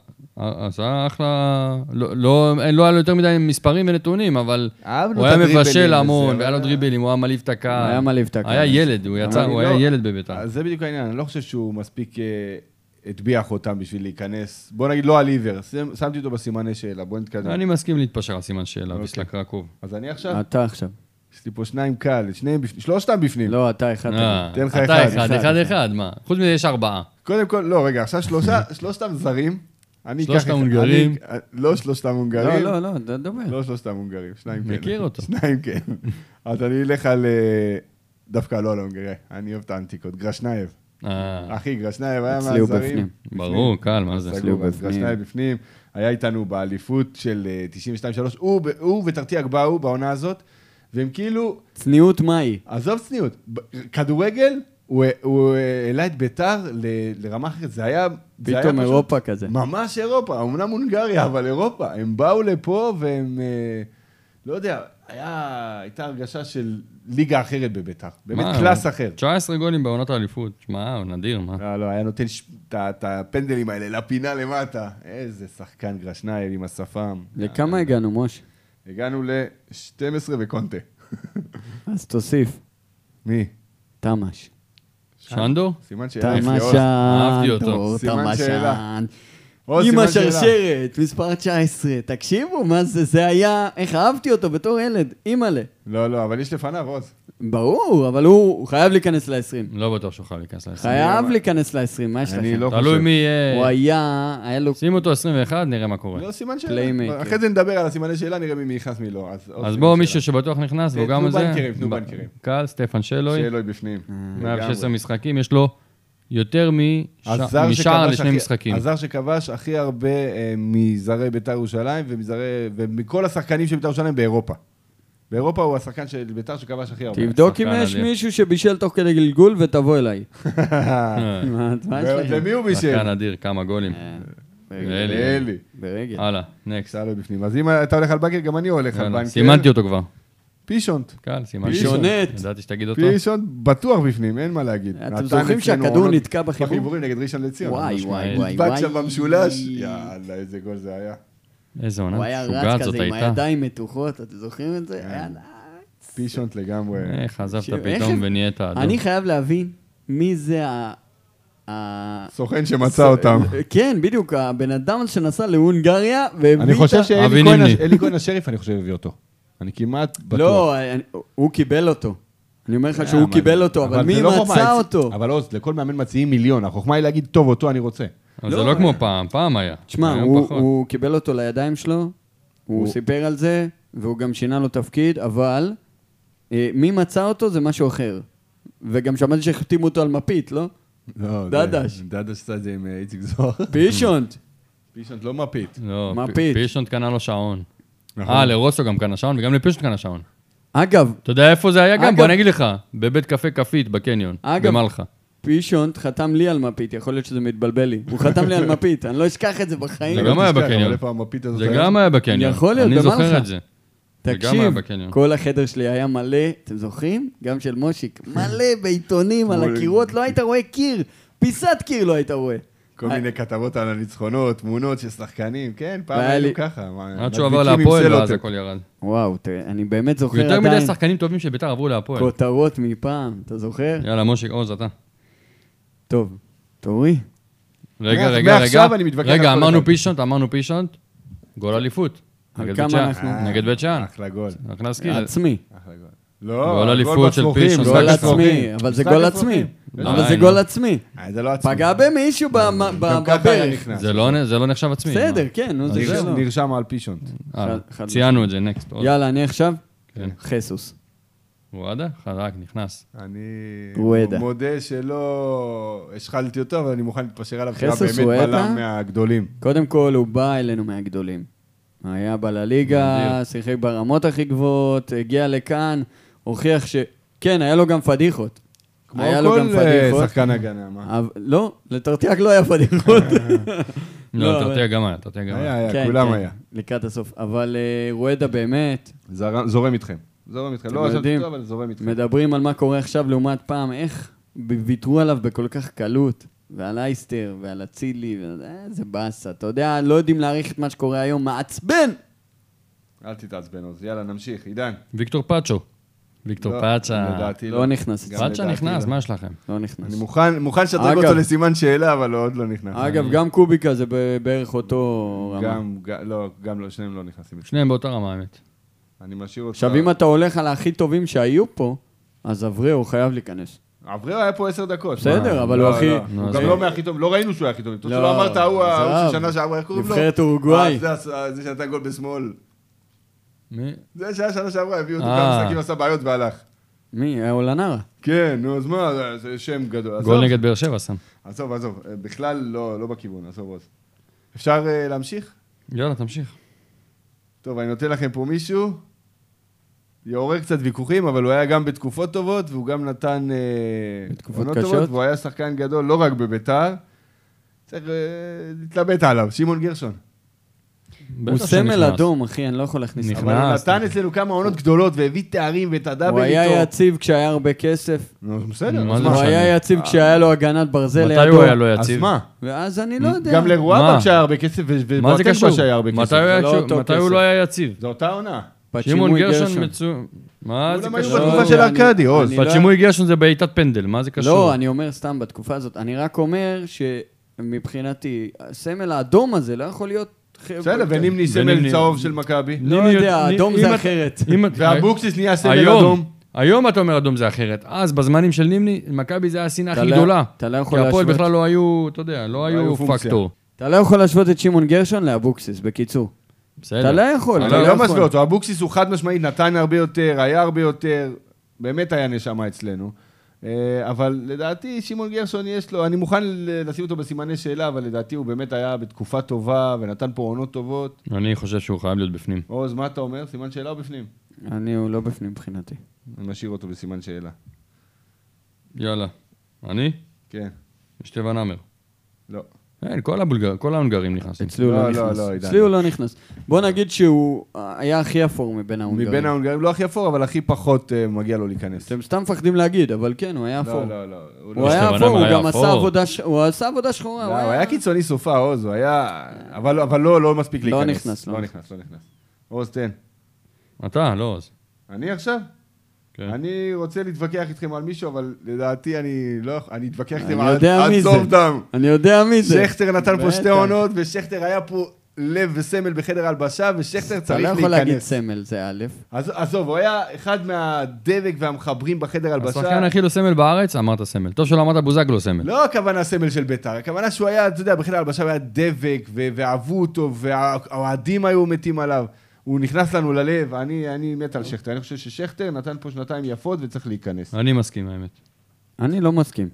עשה אחלה... לא היה לו יותר מדי מספרים ונתונים, אבל אהבנו הוא את היה הדריבלים מבשל וזה, המון, אבל- והיה לו דריבלים, הוא היה מליב את הקהל. היה מליב את הקהל. היה ילד, הוא היה ילד בביתר. אז זה בדיוק העניין, אני לא חושב שהוא מספיק הטביח אותם בשביל להיכנס. בוא נגיד לא על עיוור, שמתי אותו בסימני שאלה, בוא נתקדם. אני מסכים להתפשר על סימן שאלה, אוקיי. ביסלה קרקוב. אז אני עכשיו, אתה עכשיו. יש לי פה שניים קל, שלושתם בפנים. לא, אתה אחד. תן לך אתה אחד. אחד, מה? חוץ מזה יש 4. קודם כל, לא, רגע, עכשיו שלושתם זרים. שלושתם הונגרים. לא שלושתם הונגרים. לא, דבר. לא שלושתם הונגרים, שניים כן. מכיר אותו. שניים כן. אז אני אלך על... דווקא לא על ההונגרי, אני אוהב את האנטיקות. גרשנייב. אחי, גרשנייב היה אצלי הוא מהזרים. בפנים. ברור, קל, מה זה? אצלי הוא סגור, אז בפנים. גרשנייב בפנים. היה איתנו באליפות של 92-3. הוא ותרטיאק באו בעונה הזאת, והם כאילו... צניעות מהי? עזוב צניעות. כדורגל, הוא העלה את ביתר לרמה אחרת. זה היה... פתאום אירופה כזה. ממש אירופה, אמנם הונגריה, אבל אירופה. הם באו לפה והם, לא יודע, הייתה הרגשה של ליגה אחרת בביתר. באמת קלאס אחר. 19 גולים בעונת האליפות. שמע, הוא נדיר, מה? לא, היה נותן את הפנדלים האלה לפינה למטה. איזה שחקן גרשנייב עם השפם. לכמה הגענו, מוש? הגענו ל-12 וקונטה. אז תוסיף. מי? תמש. שנדו? סימן שאלה. תמשן. אהבתי אותו. דור, סימן שאלה. תמשן. או, עם סימן שאלה. השרשרת, מספר 19. תקשיבו, מה זה? זה היה... איך אהבתי אותו בתור ילד. אימא'לה. לא, אבל יש לפניו, עוז. ברור, אבל הוא חייב להיכנס ל-20. לא בטוח שהוא חייב להיכנס ל-20. חייב להיכנס ל-20, מה יש אני לכם? לא תלוי חושב. מי יהיה... הוא היה לו... שים אותו 21, נראה מה קורה. לא, סימן פליימייקר. שאלה. אחרי זה נדבר על הסימני שאלה, נראה מי נכנס מי לא. אז בואו מישהו שבטוח נכנס, והוא גם תנו זה. בנקרים, תנו בנקרים. קל, סטפן שלוי. שאלוי בפנים. 116 משחקים, יש לו יותר הזר משער שכבש לשני הכי- משחקים. הזר שכבש הכי הרבה מזרי בית"ר ירושלים ומכל השחקנים של בית"ר ירושלים באירופה. באירופה הוא השחקן של בית"ר שכבש הכי הרבה. תבדוק אם שחקן יש אדיר. מישהו שבישל תוך כדי גלגול ותבוא אליי. מה יש לכם? ומי הוא בישל? שחקן אדיר, כמה גולים. אלי. ברגע. הלאה, נקסט. סלו בפנים. אז אם אתה הולך על בנקר, גם אני הולך על בנקר. סימנתי אותו כבר. פישונט. קל, סימנתי. פישונט. ידעתי שתגיד אותו. פישונט בטוח בפנים, אין מה להגיד. אתם נתן זוכרים אצלנו שהכדור עונות נתקע בחיבור? בחיבורים נגד ראשון לציון. וואי, וואי, וואי. נדבק שם במשולש. יאללה, איזה גול זה היה. איזה עונה הוא היה משוגעת רץ זאת כזה עם הייתה. הידיים מתוחות, אתם זוכרים את זה? היה נייס. פישונט לגמרי. איך עזבת תקשיב, פתאום איך- ונהיית אדום. אני חייב להבין מי זה סוכן שמצא אותם. כן, בדיוק, הבן אדם הזה שנסע להונגריה והביא אני חושב אבי שאלי נימני. כהן השריף, אני חושב, הביא אותו. אני כמעט בטוח. לא, הוא קיבל אותו. אני אומר לך שהוא קיבל אותו, אבל מי זה לא חוכמה, מצא אותו? אבל עוז, לכל מאמן מציעים מיליון. החוכמה היא להגיד, טוב, אותו אני רוצה. אבל זה לא כמו פעם, פעם היה. תשמע, היום פחות. הוא קיבל אותו לידיים שלו, הוא סיפר על זה, והוא גם שינה לו תפקיד, אבל מי מצא אותו זה משהו אחר. וגם שמעתי שהחתימו אותו על מפית, לא? לא, דדש. דדש עשה את זה עם איציק זוהר. פישונט. פישונט לא מפית. לא, מה פיץ'? פישונט קנה לו שעון. נכון. לרוסו גם קנה שעון, וגם לפישונט קנה שעון. אגב, אתה יודע איפה זה היה גם? אגב- בוא אני אגיד לך, בבית קפה כפית בקניון, אגב- במלחה. פישונט חתם לי על מפית, יכול להיות שזה מתבלבל לי. הוא חתם לי על מפית, אני לא אשכח את זה בחיים. זה גם היה בקניון. אבל איפה המפית הזאת זה היה? גם היה בקניון. יכול להיות, אני במלחה. זוכר את זה. זה גם היה תקשיב, בקניון. כל החדר שלי היה מלא, אתם זוכרים? גם של מושיק, מלא בעיתונים על הקירות, לא היית רואה קיר, פיסת קיר לא היית רואה. כל מיני כתבות על הניצחונות, תמונות של שחקנים, כן, פעם והיה לי- היינו ככה. עד שהוא עבר מדביקים עם להפועל, ואז סלוטייפ. הכל ירד. וואו, תראה, אני באמת זוכר יותר עדיין מדי שחקנים טובים של בית"ר עברו להפועל. כותרות מפעם, אתה זוכר? יאללה, מושיק, עוז, אתה. טוב, תורי. מעכשיו אני מתווכח על רגע, כל אמרנו פישונט, גול אליפות. על נגד כמה בית שאן. אנחנו? נגד בית שאן. אחלה גול. רק להזכיר. עצמי. אחלה גול. לא, גול אליפות של בצלוחים, פישון. משחק גול הצלוחים. עצמי, אבל זה משחק גול הצלוחים. עצמי. לא, אבל זה אין, גול לא. עצמי. זה לא עצמי. פגע במישהו גם ככה היה בברך. נכנס. זה לא נחשב עצמי. בסדר, מה? כן, נו, זה אז שלו. נרשם על פישונט. חד ציינו את זה, נקסט. יאללה, אני עכשיו? כן. חסוס. רואדה? חזק, נכנס. אני רואדה. מודה שלא השחלתי אותו, אבל אני מוכן להתפשר עליו. שהיה חסוס באמת רואדה? בלם מהגדולים. קודם כל, הוא בא אלינו מהגדולים. היה בלליגה, מדהים. שיחק ברמות הכי גבוהות, הגיע לכאן, הוכיח ש... כן, היה לו גם פדיחות. היה לו גם כל פדיחות. שחקן הגנה, מה? לא, לטרטיאק לא היה פדיחות. לא, אבל- תרתיע גם היה, תרתיע גם היה. היה, כן, כולם כן, היה. לקראת הסוף. אבל רואדה באמת, זורם איתכם. זורם איתכם. אתם לא חשבתי יודעים, טוב, אבל זורם איתכם. מדברים על מה קורה עכשיו לעומת פעם, איך ויתרו עליו בכל כך קלות, ועל אייסטר, ועל הצילי, זה באסה. אתה יודע, לא יודעים להעריך את מה שקורה היום, מעצבן! אל תתעצבן עוז. יאללה, נמשיך. עידן. ויקטור פאצ'ו. ויקטור לא, פאצ'ה. לדעתי לא נכנס. גם פאצ'ה לדעתי נכנס, לא. מה יש לכם? לא נכנס. אני מוכן לשדרג אגב- אותו לסימן שאלה, אבל עוד לא נכנס. אגב, גם קוביקה זה בערך אותו רמה. גם לא, שניהם לא נכנסים. שניהם באותה רמה, האמת. אני משאיר אותך. עכשיו, אם אתה הולך על הכי טובים שהיו פה, אז אבריאו חייב להיכנס. אבריאו היה פה 10 דקות. בסדר, מה? אבל לא, הוא הכי- לא. נו, הוא אז גם זה- לא מהכי טוב, לא ראינו שהוא היה הכי טוב. טוב לא, שלא אמרת, ההוא עזוב. של שנה שעברה, איך קוראים לו? נבחרת אורוגוואי. זה שנתן גול בשמאל. מי? זה שהיה שנה שעברה, הביאו אותו אה. כמה משחקים, עשה בעיות והלך. מי? אולנרה. כן, נו, אז מה, זה שם גדול. גול עזוב, נגד באר שבע שם. עזוב, בכלל לא בכיוון, עזוב עוז. אפשר להמשיך? יאללה, תמשיך. טוב, אני נותן לכם פה מישהו, יעורר קצת ויכוחים, אבל הוא היה גם בתקופות טובות, והוא גם נתן בתקופות עונות קשות? טובות, והוא היה שחקן גדול, לא רק בביתר. צריך להתלבט עליו, שמעון גרשון. הוא בטח סמל שנכנס. אדום, אחי, אני לא יכול להכניס נכנס. אותו. אבל הוא נתן אצלנו כמה עונות גדולות, והביא תארים ואת הדאבל הוא איתו. היה יציב כשהיה הרבה כסף. נו, בסדר, מה אז זה הוא מה? משנה? היה יציב כשהיה לו הגנת ברזל מתי לידו. הוא היה לא אז יציב? מה? ואז אני לא יודע. גם לרואבה מה? כשהיה הרבה כסף, מה זה ובואטנגו קשור? שהיה הרבה כסף. מתי הוא היה- זה לא אותו מתי הוא כסף. לא היה יציב? זו אותה עונה. שמעון פצ'ימוי גרשון מצוין. מה זה כולם היו קשור? לא, בתקופה של אני- ארקדי, עוז. אני לא- פצ'ימוי גרשון זה בעיטת פנדל, מה זה קשור? לא, אני אומר סתם בתקופה הזאת. אני רק אומר שמבחינתי, הסמל האדום הזה לא יכול להיות... בסדר, ונימני סמל ונימני- צהוב של מכבי. לא יודע, אדום זה אחרת. ואבוקסיס נהיה סמל היום, אדום. היום אתה אומר אדום זה אחרת. אז בזמנים של נימני, מכבי זה היה השנאה אתה הכי לא- גדולה. אתה לא יכול כי הפועל להשוות. בכלל לא היו, אתה יודע, לא היו היו פונקציה. פקטור. אתה לא יכול להשוות את שמעון גרשון לאבוקסיס, בקיצור. בסדר. אתה לא יכול. אני אתה לא יכול. משווה אותו, אבוקסיס הוא חד משמעית, נתן הרבה יותר, היה הרבה יותר, באמת היה נשמה אצלנו. אבל לדעתי שמעון גרשון יש לו, אני מוכן לשים אותו בסימני שאלה, אבל לדעתי הוא באמת היה בתקופה טובה ונתן פה עונות טובות. אני חושב שהוא חייב להיות בפנים. עוז, מה אתה אומר? סימן שאלה או בפנים? הוא לא בפנים מבחינתי. אני משאיר אותו בסימן שאלה. יאללה. אני? כן. שטבן עמר. לא. אין, כל ההונגרים נכנסים. אצלי הוא לא, לא לא, נכנס. לא, עידן. אצלי הוא לא נכנס. בוא נגיד שהוא היה הכי אפור מבין ההונגרים. מבין ההונגרים, לא הכי אפור, אבל הכי פחות מגיע לו להיכנס. אתם סתם מפחדים להגיד, אבל כן, הוא היה אפור. לא, לא. הוא היה שטבן אפור, עמר הוא היה גם אפור. הוא עשה עבודה שחורה. לא, הוא היה קיצוני סופה, עוז, הוא היה... אבל לא מספיק לא להיכנס. נכנס, לא לא נכנס. עוז, תן. אתה, לא, אז. אני עכשיו? כן. אני רוצה להתווכח איתכם על מישהו, אבל לדעתי אני אתווכח איתכם אני יודע מי עד זה. סוף דם. אני יודע מי זה. שכטר נתן פה שתי בטח. עונות, ושכטר היה פה לב וסמל בחדר הלבשה, ושכטר אתה צריך לא יכול להגיד להיכנס. סמל, זה א'. אז עזוב, הוא היה אחד מהדבק והמחברים בחדר הלבשה. השחקן הכי לא סמל בארץ, אמרת סמל. טוב שלא אמרת בוזגלו סמל. לא הכוונה סמל של בית"ר, הכוונה שהוא היה, אתה יודע, בחדר הלבשה הוא היה דבק, ואהבו אותו, והאוהדים היו מתים עליו. הוא נכנס לנו ללב, אני מת על שכטר. אני חושב ששכטר נתן פה שנתיים יפות וצריך להיכנס. אני מסכים, האמת. אני לא מסכים.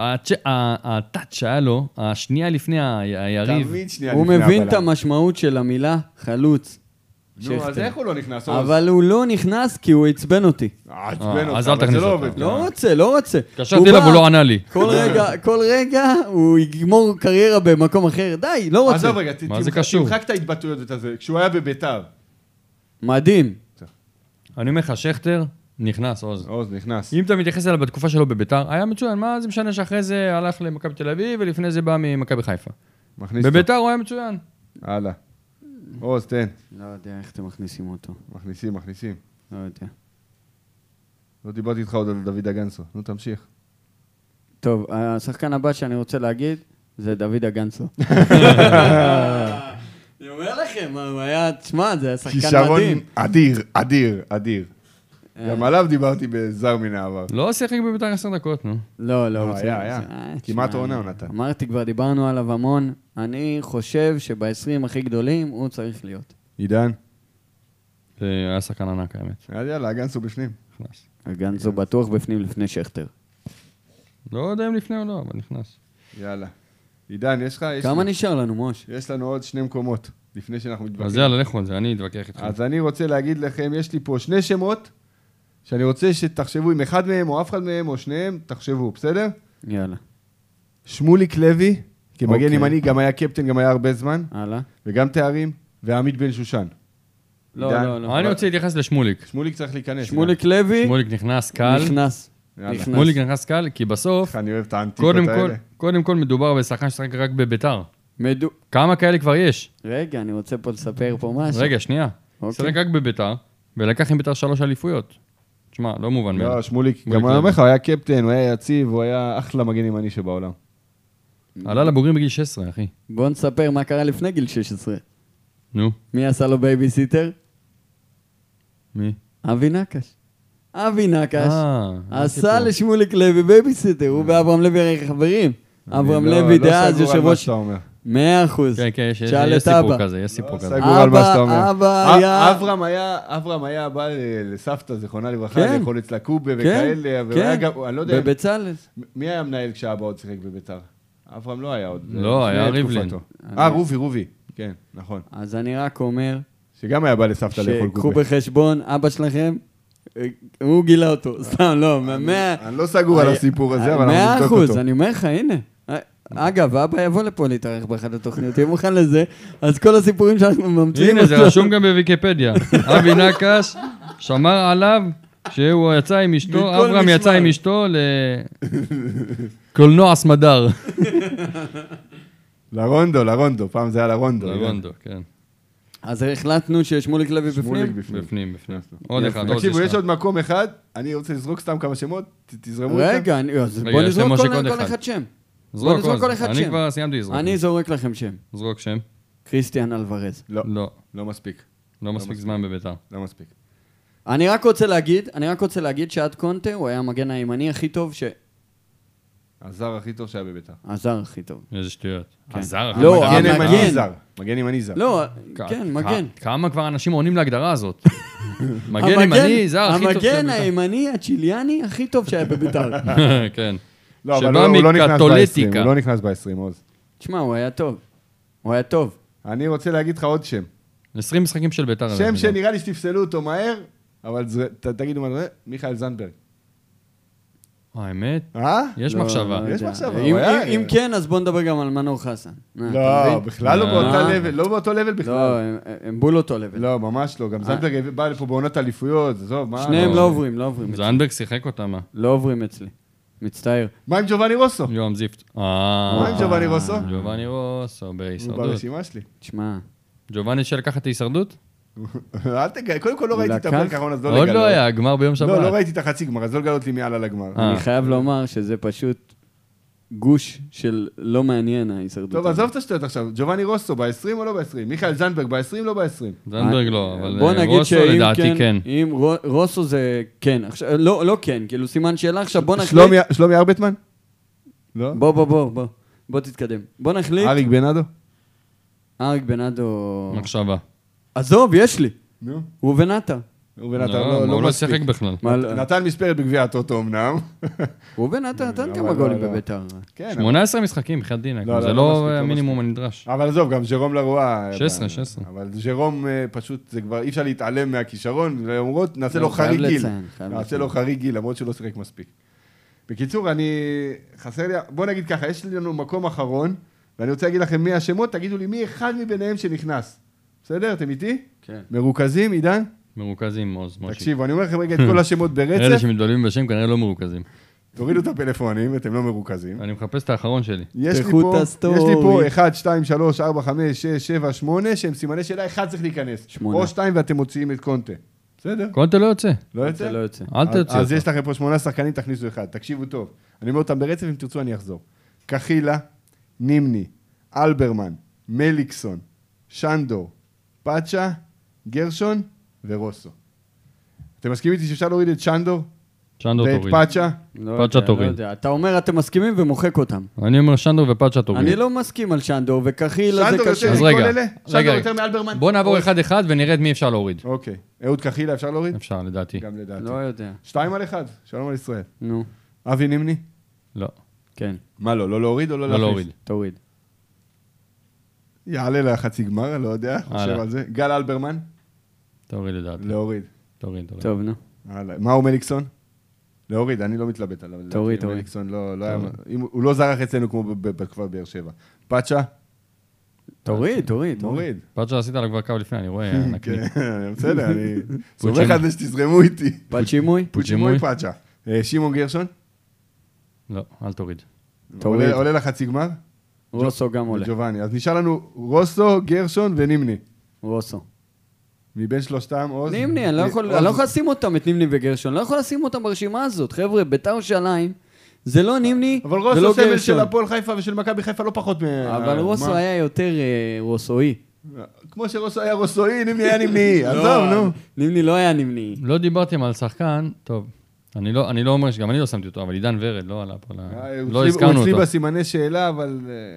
הטאץ' שהיה לו, השנייה לפני היריב, תמיד שנייה הוא לפני מבין הבלם. את המשמעות של המילה חלוץ. נו, אז שכטר. איך הוא לא נכנס? עוז? אבל הוא לא נכנס כי הוא עצבן אותי. עצבן אותך, אז אל אבל זה תכניס לא אותו. עובד. לא רוצה. התקשרתי הוא אליו, בא, הוא לא ענה לי. כל רגע הוא יגמור קריירה במקום אחר. די, לא רוצה. עזוב רגע, מה זה קשור? תמחק את ההתבטאויות ואת הזה. כשהוא היה בביתר, מדהים. אני אומר לך, שכטר נכנס, עוז. עוז נכנס. אם אתה מתייחס אליו בתקופה שלו בביתר, היה מצוין, מה זה משנה שאחרי זה הלך למכבי תל אביב, ולפני זה בא ממכבי חיפה. מכניס אותו. בביתר הוא היה מצוין. הלאה. עוז, תן. לא יודע איך אתם מכניסים אותו. מכניסים. לא יודע. לא דיברתי איתך עוד על דוד אגנסו. נו, תמשיך. טוב, השחקן הבא שאני רוצה להגיד זה דוד אגנסו. אני אומר לכם, הוא היה, תשמע, זה היה שחקן מדהים. אדיר. גם עליו דיברתי בזר מן העבר. לא שיחק בביתר 10 דקות, נו. לא, לא, רוצה- היה. כמעט תשמע, העונה הוא נתן. אמרתי, כבר דיברנו עליו המון. אני חושב שב-20 הכי גדולים הוא צריך להיות. עידן? זה היה שחקן ענק, האמת. יאללה, אגנסו בפנים. נכנס. אגנסו בטוח בפנים לפני שכטר. לא יודע אם לפני או לא, אבל נכנס. יאללה. עידן, יש לך? כמה נשאר לנו, מוש? יש לנו עוד 2 מקומות, לפני שאנחנו מתווכחים. אז יאללה, לכו על זה, אני אתווכח איתכם. אז אני רוצה להגיד לכם, יש לי פה 2 שמות, שאני רוצה שתחשבו עם אחד מהם, או אף אחד מהם, או שניהם, תחשבו, בסדר? יאללה. שמוליק לוי, כמגן אוקיי. ימני, גם היה קפטן, גם היה הרבה זמן, הלאה. וגם תארים, ועמית בן שושן. לא, עידן? לא, לא. אני רוצה להתייחס לשמוליק. שמוליק צריך להיכנס. שמוליק לוי שמוליק נכנס קל. נכנס. יאללה. נכנס. שמוליק נכנס קל, כי בסוף, איך אני אוהב את האנטיקות האלה. קודם כל מדובר בשחקן ששחק רק בביתר. מדו... כמה כאלה כבר יש? רגע, אני רוצה פה לספר פה משהו. רגע, שנייה. אוקיי. שחק רק בביתר, ולקח עם ביתר 3 אליפויות. תשמע, לא מובן מאליו. לא, שמוליק, שמוליק גם אני לוי. אומר לך, הוא היה קפטן, הוא היה יציב, הוא היה אחלה מגן ימני שבעולם. עלה לבוגרים בגיל 16, אחי. בוא נספר מה קרה לפני גיל 16. נו, מי עשה לו בייביסיטר? מי? אבי נקש. אבי נקש עשה סיפור. לשמוליק לוי בייביסיטר, הוא ואברהם לוי הרי חברים. אברהם אני לוי לא דאז סגור על יושב מה ראש... שאתה אומר. 100%. כן, כן, יש שאל את סיפור אבא. כזה, יש סיפור כזה. סגור על מה שאתה אומר. אבא היה... אברהם היה בא לסבתא, זיכרונה לברכה, כן. לאכול אצלה קובה כן, וכאלה, והוא היה כן, גם, אני לא יודע, בבצלאל. מי היה מנהל כשאבא עוד שיחק בביתר? אברהם לא היה עוד. לא, לפני היה ריבלין. תקופתו. רובי, כן, נכון. אז אני רק אומר, שגם היה בא לסבתא לאכול שקחו קובה. בחשבון, אבא שלכם, הוא גילה אותו, סתם, לא, אני לא סגור על הסיפור הזה, אבל אנחנו נבדוק אותו. 100%, אני אומר לך, הנה. אגב, אבא יבוא לפה להתארח באחת התוכניות, תהיה מוכן לזה, אז כל הסיפורים שאנחנו ממציאים... הנה, זה רשום גם בוויקיפדיה. אבי נקש שמר עליו שהוא יצא עם אשתו, מכל אברהם יצא משמר. עם אשתו לקולנוע סמדר. לרונדו, פעם זה היה לרונדו. לרונדו, כן. אז החלטנו ששמוליק לוי שמוליק בפנים? בפנים. בפנים. עוד אחד, עוד תקשיבו, יש אחד. עוד מקום אחד, אני רוצה לזרוק סתם כמה שמות, תזרמו איתם. רגע, אז רגע, בוא יש נזרוק למשה כל עוד כל אחד. אחד שם. זרוק נזרוק עוד. כל אחד אני שם. כבר סיימתי לזרוק. אני זורק לכם שם. זרוק שם. קריסטיאן אלוורז. לא, לא. לא מספיק. לא מספיק זמן בביתר. לא מספיק. אני רק רוצה להגיד שעד קונטה הוא היה המגן הימני הכי טוב, הזר הכי טוב שהיה בביתר. הזר הכי טוב. איזה שטויות. כן. הזר. לא, המגן. המגן. מגן ימני זר. לא, כן, מגן. כמה כבר אנשים עונים להגדרה הזאת? מגן ימני, זר הכי טוב המגן בביתר. הימני הצ'יליאני הכי טוב שהיה בביתר. כן. לא, אבל שבא הוא לא נכנס מקתולטיקה. ב-20, הוא לא נכנס ב-20, עוז. תשמע, הוא היה טוב. הוא היה טוב. אני רוצה להגיד לך עוד שם. 20 משחקים של ביתר. שם שנראה לי שתפסלו אותו מהר, אבל תגידו מה זה, מיכאל זנדברג. האמת? יש לא, מחשבה. לא יש יודע. מחשבה, אם- הוא היה- אם כן, אז בוא נדבר גם על מנור חסן. אתה לא, מבין? בכלל לא לא. באותה לבל, לא באותו לבל לא, בכלל. הם בול אותו לבל. לא, ממש לא. גם זנדברג בא לפה בעונת אליפויות, עזוב, מה? שניהם לא עוברים, לא עוברים. זנדברג שיחק אותה, מה? לא עוברים אצלי. מצטער. מה עם ג'ובאני רוסו? יום זיפט. מה עם ג'ובאני רוסו? ג'ובאני רוסו הוא בהישרדות. ברשימה שלי. תשמע, ג'ובאני שלקח את ההישרדות? אל תגלה, קודם כל לא הוא ראיתי את לקח? הפרק האחרון, אז לא עוד לגלות. לא היה, גמר ביום שבת. לא ראיתי את החצי גמר, אז לא לגלות לי מי עלה לגמר. אני חייב לומר שזה פשוט גוש של לא מעניין ההישרדות. טוב, עזוב את השטויות עכשיו. ג'ובאני רוסו ב-20 או לא ב-20? מיכאל זנדברג ב-20 לא ב-20? זנדברג לא, אבל בוא נגיד רוסו שאם לדעתי כן. אם רוסו זה כן. עכשיו, לא כן, כאילו סימן שאלה עכשיו, בוא נחליט. שלומי ארבטמן? לא? בוא תתקדם. בוא נחליט. אריק בנאדו? אריק בנאדו... מחשבה. עזוב, יש לי. נו. הוא ונטע. הוא ונתן לא, לא הוא לא מספיק. שיחק בכלל. נתן מספרת בגביע הטוטו אמנם. הוא ונטע נתן אבל כמה לא, גולים לא. בביתר. כן, 18 משחקים, בחייאת דינק. לא, זה לא לא מספיק, לא המינימום הנדרש. אבל עזוב, גם ז'רום לרואה. 16. אבל ז'רום פשוט, זה כבר אי אפשר להתעלם מהכישרון, ולמרות, נעשה לו חייב חריג גיל. לציין, חייב נעשה לציין. לו חריג גיל, למרות שהוא לא שיחק מספיק. בקיצור, חסר לי, בוא נגיד ככה, יש לנו מקום אחרון, ואני רוצה להגיד לכם מי השמות, תגידו לי מי אחד מביניהם שנכנס. בסדר? אתם איתי? כן. מרוכזים, עידן? מרוכזים, מוז, מושי. תקשיבו, אני אומר לכם רגע את כל השמות אלה ברצף, שמתבלבים בשם כנראה לא מרוכזים. תורידו את הפלאפונים, אתם לא מרוכזים. אני מחפש את האחרון שלי. יש לי תפתחו פה, את הסטורי. 1, 2, 3, 4, 5, 6, 7, 8, שהם סימני שאלה, אחד צריך להיכנס. 8. או 2 ואתם מוציאים את קונטה. בסדר? קונטה לא יוצא. לא יוצא? זה לא יוצא. אל תוציא אז יש אותו. לכם פה 8 שחקנים, תכניסו אחד. תקשיבו טוב. אני אומר אותם ברצף, אם תרצו אני אחזור. קחילה, נימני, אלברמן, מליקסון, שנדור, פאצ'ה, גרשון ורוסו. אתם מסכימים איתי שאפשר להוריד את שנדור שנדור ואת תוריד. פאצ'ה? לא פאצ'ה יודע, תוריד. לא יודע. אתה אומר אתם מסכימים ומוחק אותם. אני אומר שנדור ופאצ'ה תוריד. אני לא מסכים על שנדור, וקחילה זה שנדור קשה. יותר אז מכל רגע, אלה? שנדור רגע. יותר מאלברמן? בוא נעבור אחד-אחד ונראה את מי אפשר להוריד. אוקיי. אהוד קחילה אפשר להוריד? אפשר, לדעתי. גם לדעתי. לא יודע. 2 על 1, שלום על ישראל. נו, אבי נימני? לא. כן, מה לא להוריד או לא לא להכניס? להוריד. תוריד. יעלה לחצי גמר, אני לא יודע, חושב הלאה. על זה. גל אלברמן? תוריד לדעתי. להוריד. תוריד. טוב, נו. מאור מליקסון? להוריד, אני לא מתלבט עליו. תוריד. מליקסון לא היה... הוא לא זרח אצלנו כמו בתקופה באר שבע. פאצ'ה? תוריד. מוריד. פאצ'ה עשית עליו כבר קו לפני, אני רואה נקניק. בסדר, אני סומך על זה שתזרמו איתי. פאצ'ימוי? פוצ'ימוי פאצ'ה. שמעון גרשון? לא, אל תוריד. עולה לחצי גמר? רוסו גם עולה. ג'ובאני. אז נשאר לנו רוסו, גרשון ונימני. רוסו. מבין שלושתם עוז? נימני, אני לא יכול לשים אותם, את נימני וגרשון. לא יכול לשים אותם ברשימה הזאת. חבר'ה, בית"ר ירושלים, זה לא נימני אבל ולא רוסו סמל של גרשון. הפועל חיפה ושל מכבי חיפה לא פחות אבל רוסו היה יותר רוסואי. כמו שרוסו היה רוסואי, נימני היה נימני. עזוב, נו. נימני לא היה נימני. לא דיברתם על שחקן, טוב. אני לא אומר שגם אני לא שמתי אותו, אבל עידן ורד לא עלה פה, לא הזכרנו הוא אצלי אותו. בסימני שאלה, אבל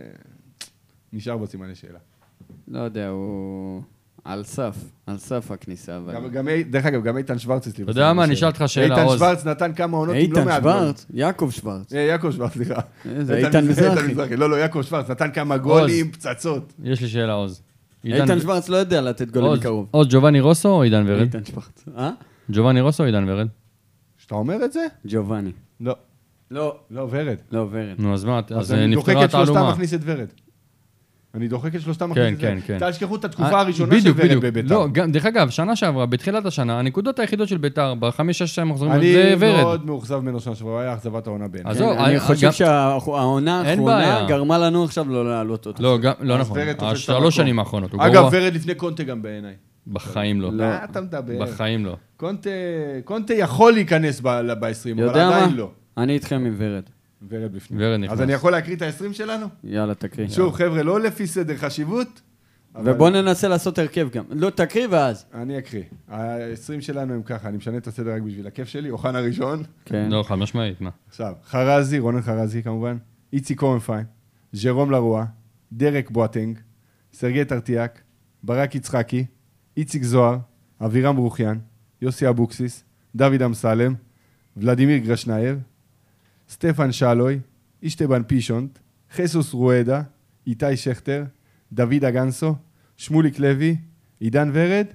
נשאר בסימני שאלה. לא יודע, הוא על סף הכניסה. דרך אגב, גם איתן שוורץ אצלי. אתה יודע מה, אני אשאל אותך שאלה, איתן עוז. שוורץ נתן כמה עונות עם לא איתן מעט. שוורץ? יעקב שוורץ. יעקב שוורץ, סליחה. זה איתן מזרחי. לא, יעקב שוורץ נתן כמה גולים, פצצות. יש לי שאלה, עוז. איתן שוורץ לא יודע לתת גולים מקרוב. עוז, ג'ובאני רוסו או עידן ורד? איתן שוורץ. ג'ובאני רוסו או עידן ורד? שאתה אומר את זה? ג'ובאני. לא. לא. לא, ורד. לא, ורד. נו, אז מה, אז אז אני דוחק נפתרה את שלושתם, התעלומה. מכניס את ורד. אני דוחק את שלושתם, מכניס את ורד. כן. תשכחו את התקופה הראשונה של ורד בביתר. לא, דרך אגב, שנה שעברה, בתחילת השנה, הנקודות היחידות של ביתר, ב5-6 מחזורים, אני זה ורד. מאוד מאוכזב ממנו שנה שעברה, היה אכזבת העונה בעיניי. עזוב, אני חושב שהעונה האחרונה גרמה לנו עכשיו לא לעלות אותו. לא נכון, ורד תופס את השלוש המקום. שנים האחרונות. הוא אגב, גרוע. ורד לפני קונטה גם בעיניי. בחיים לא. לא, אתה מדבר. בחיים לא. קונטה יכול להיכנס ב-20, אבל יודע עדיין מה? לא. אני איתכם עם ורד. ורד בפנים. ורד נכנס. אז אני יכול להקריא את ה-20 שלנו? יאללה, תקריא. שוב, חבר'ה, לא לפי סדר חשיבות. אבל ובוא ננסה לעשות הרכב גם. לא, תקריא ואז. אני אקריא. ה-20 שלנו הם ככה, אני משנה את הסדר רק בשביל הכיף שלי. אוחנה ראשון. כן. לא, חד משמעית, מה? עכשיו, חרזי, רונן חרזי כמובן. איציק קורנפיין. ז'רום לרואה. דרק בואטנג. סרגי טרטיאק. ברק יצחקי. איציק זוהר. אבירם ברוכיאן. יוסי אבוקסיס. דוד אמסלם. ולדימיר גרשנייב. סטפן שלוי. אישטבן פישונט. חסוס רואדה. איתי שכטר. דוד אגנסו. שמוליק לוי. עידן ורד.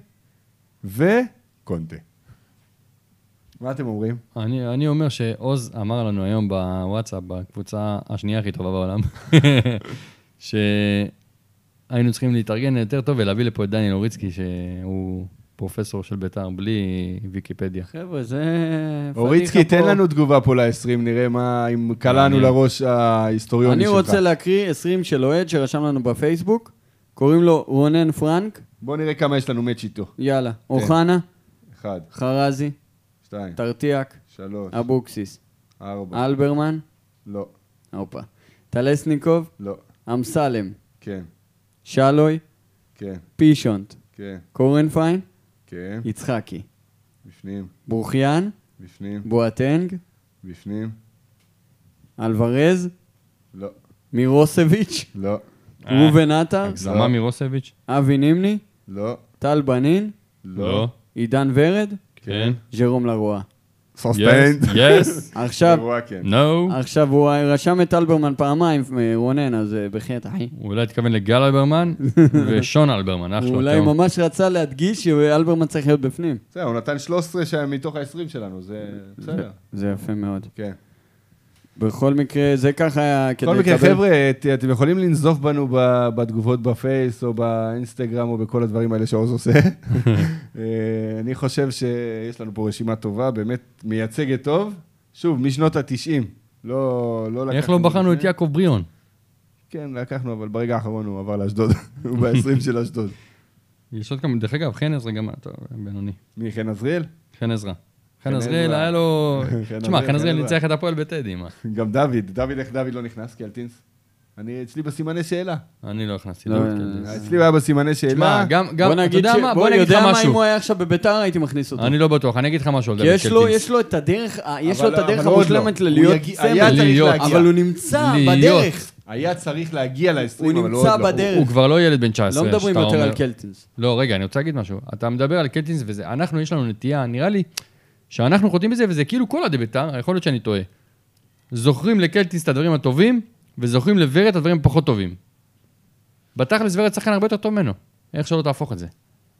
וקונטה. מה אתם אומרים? אני אומר שעוז אמר לנו היום בוואטסאפ, בקבוצה השנייה הכי טובה בעולם, שהיינו צריכים להתארגן יותר טוב ולהביא לפה את דניאל אוריצקי, שהוא פרופסור של בית"ר, בלי ויקיפדיה. חבר'ה, זה... אוריצקי, תן לנו תגובה פה ל-20, נראה מה, אם קלענו לראש ההיסטוריוני שלך. אני רוצה להקריא 20 של אוהד שרשם לנו בפייסבוק, קוראים לו רונן פרנק. בוא נראה כמה יש לנו מאץ' איתו. יאללה, אוחנה, 1, חרזי, 2, טרטיאק, 3, אבוקסיס, 4, אלברמן, לא, הופה, טלסניקוב, לא, אמסלם, כן, שלוי, כן, פישונט, כן, קורנפיין, כן, יצחקי, בפנים, ברוכיאן, בפנים, בואטנג, בפנים, אלוורז, לא, מירוסביץ', לא, ראובן עטר, הגזמה מירוסביץ'? אבי נימני, לא, טל בנין, לא. עידן ורד, כן. ז'רום לרואה. סוסטיינד. יס. עכשיו, כן. נו. עכשיו הוא רשם את אלברמן פעמיים, רונן, אז בחטא, אחי. הוא אולי התכוון לגל אלברמן ושון אלברמן, אח הוא שלו. אולי ממש רצה להדגיש שאלברמן צריך להיות בפנים. בסדר, הוא נתן 13 מתוך ה-20 שלנו, זה בסדר. זה יפה מאוד. כן. בכל מקרה, זה ככה היה כדי בכל מקרה, לקבל... חבר'ה, אתם יכולים לנזוף בנו בתגובות בפייס, או באינסטגרם, או בכל הדברים האלה שעוז עושה. אני חושב שיש לנו פה רשימה טובה, באמת מייצגת טוב. שוב, משנות ה-90. לא לקחנו... איך לא בחרנו את יעקב בריאון? כן, לקחנו, אבל ברגע האחרון הוא עבר לאשדוד. הוא ב-20 של אשדוד. יש עוד כמה, דרך אגב, חן עזרא גם, טוב, בינוני. מי, חן עזריאל? חן עזרא. חן חן עזריאל עזרא. היה לו... תשמע, חן חן עזריאל עזרא. ניצח את הפועל בטדי, מה? גם דוד, איך דוד לא נכנס? קלטינס? אני אצלי בסימני שאלה. אני לא הכנסתי. לא, אצלי הוא היה בסימני שאלה. תשמע, גם, בוא אתה נגיד יודע מה? בוא אני אני אגיד לך יודע מה, אם משהו. הוא היה עכשיו בביתר, הייתי מכניס אותו. אני לא בטוח, אני אגיד לך משהו על כי דוד יש לו את הדרך, יש לו את הדרך אבל עוד המושלמת לא. ללהיות היה סמל, צריך להגיע. אבל הוא נמצא להיות. בדרך. היה צריך להגיע ל-20, הוא אבל נמצא עוד לא. בדרך. הוא כבר לא ילד בן 19. לא מדברים שאתה יותר אומר- על קלטינס. לא, רגע, אני רוצה להגיד משהו. אתה מדבר על קלטינס וזה, אנחנו, יש לנו נטייה, נראה לי שאנחנו חוטאים בזה, וזה כאילו כל עדי בית"ר, יכול להיות שאני טועה. זוכרים לקלטינס את הדברים הטובים, וזוכרים לוורד את הדברים הפחות טובים. בתכלס ורד שחקן הרבה יותר טוב ממנו. איך שלא תהפוך את זה.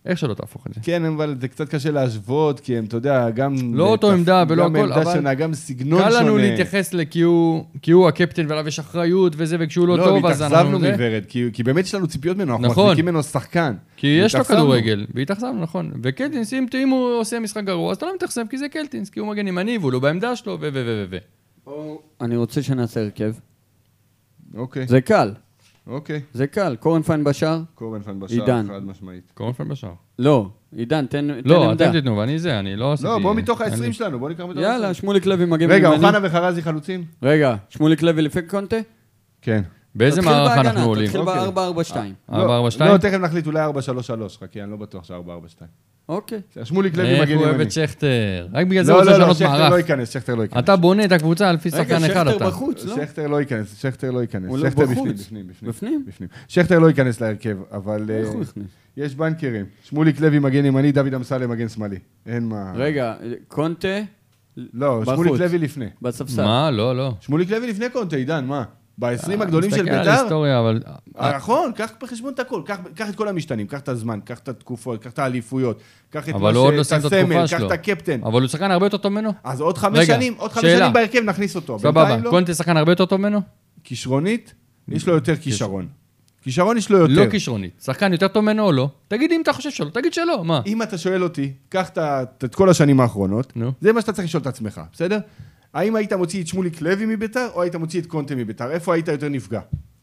איך שלא תהפוך את זה. כן, אבל זה קצת קשה להשוות, כי הם, אתה יודע, גם... לא אותו עמדה ולא הכל, גם עמדה אבל... שונה, גם סגנון שונה. קל לנו להתייחס כי הוא הקפטן ועליו יש אחריות וזה, וכשהוא לא טוב, אז אנחנו... והתאכזבנו מוורד, כי באמת יש לנו ציפיות ממנו, אנחנו נכון. מחזיקים ממנו שחקן. כי יש לו כדורגל, והתאכזבנו, נכון. וקלטינס, אם הוא עושה משחק גרוע, אז אתה לא מתאכזב, כי זה קלטינס, כי הוא מגן ימני, והוא לא בעמדה שלו, אני רוצה שנעשה הרכב. אוקיי, זה קל, אוקיי. זה קל. קורנפיין בשער? קורנפיין בשער, עידן. חד משמעית. קורנפלד בשער. לא, עידן, תן לא, עמדה. אתם תתנו, ואני זה, אני לא עשיתי... לא, בוא מתוך ה-20 שלנו, בוא נקרא מתוך ה-20. יאללה, שמוליק לוי מגן רגע, ימני. אוחנה וחרזי חלוצים? רגע, שמוליק לוי לפי קונטה? כן. באיזה תתחיל מערך בהגנה, אנחנו עולים? תתחיל ב-4-4-2. 4-4-2? לא, תכף נחליט, אולי 4-3-3, חכי, אני לא בטוח ש-4-4-2. אוקיי. שמוליק לוי איך מגן הוא אוהב ימני. את שכטר? רק בגלל זה לא, הוא רוצה לא, לא, לשנות שכטר מערך. לא ייכנס, שכטר לא ייכנס. אתה בונה את הקבוצה לפי רגע, שחקן אחד שכטר אתה. בחוץ, לא? שכטר לא ייכנס, שכטר לא ייכנס. הוא לא שכטר בחוץ. בפנים. בפנים? שכטר לא ייכנס להרכב, אבל איך הוא הכניס? יש בנקרים. שמוליק לוי מגן ימני, דוד אמסלם מגן שמאלי. אין מה... רגע, קונטה לא, בחוץ. שמוליק לוי לפני. בספסל. מה? לא, לא. שמוליק לוי לפני קונטה, עידן, מה? ב-20 הגדולים של מסתכל על בית"ר? ההיסטוריה, אבל... נכון, קח בחשבון את הכל, קח את כל המשתנים, קח את הזמן, קח את התקופות, קח את האליפויות, קח את אבל הוא עוד לא את סיים את הסמל, התקופה קח שלו. את הקפטן. אבל הוא שחקן הרבה יותר טוב ממנו? אז עוד 5 רגע, שנים, עוד 5 שאלה. שנים בהרכב נכניס אותו. סבבה, בינתיים לא. קונטה שחקן הרבה יותר טוב ממנו? כישרונית, יש לו יותר כישרון. כישרון יש לו יותר. לא כישרונית. שחקן יותר טוב ממנו או לא? תגיד אם אתה חושב שלא, תגיד שלא, מה? אם אתה שואל אותי, קח את כל השנים האחרונות, נו. זה מה שאתה צריך לשאול את עצמך, בסדר? האם היית מוציא את שמוליק לוי מביתר, או היית מוציא את קונטה מביתר? איפה היית יותר נפגע?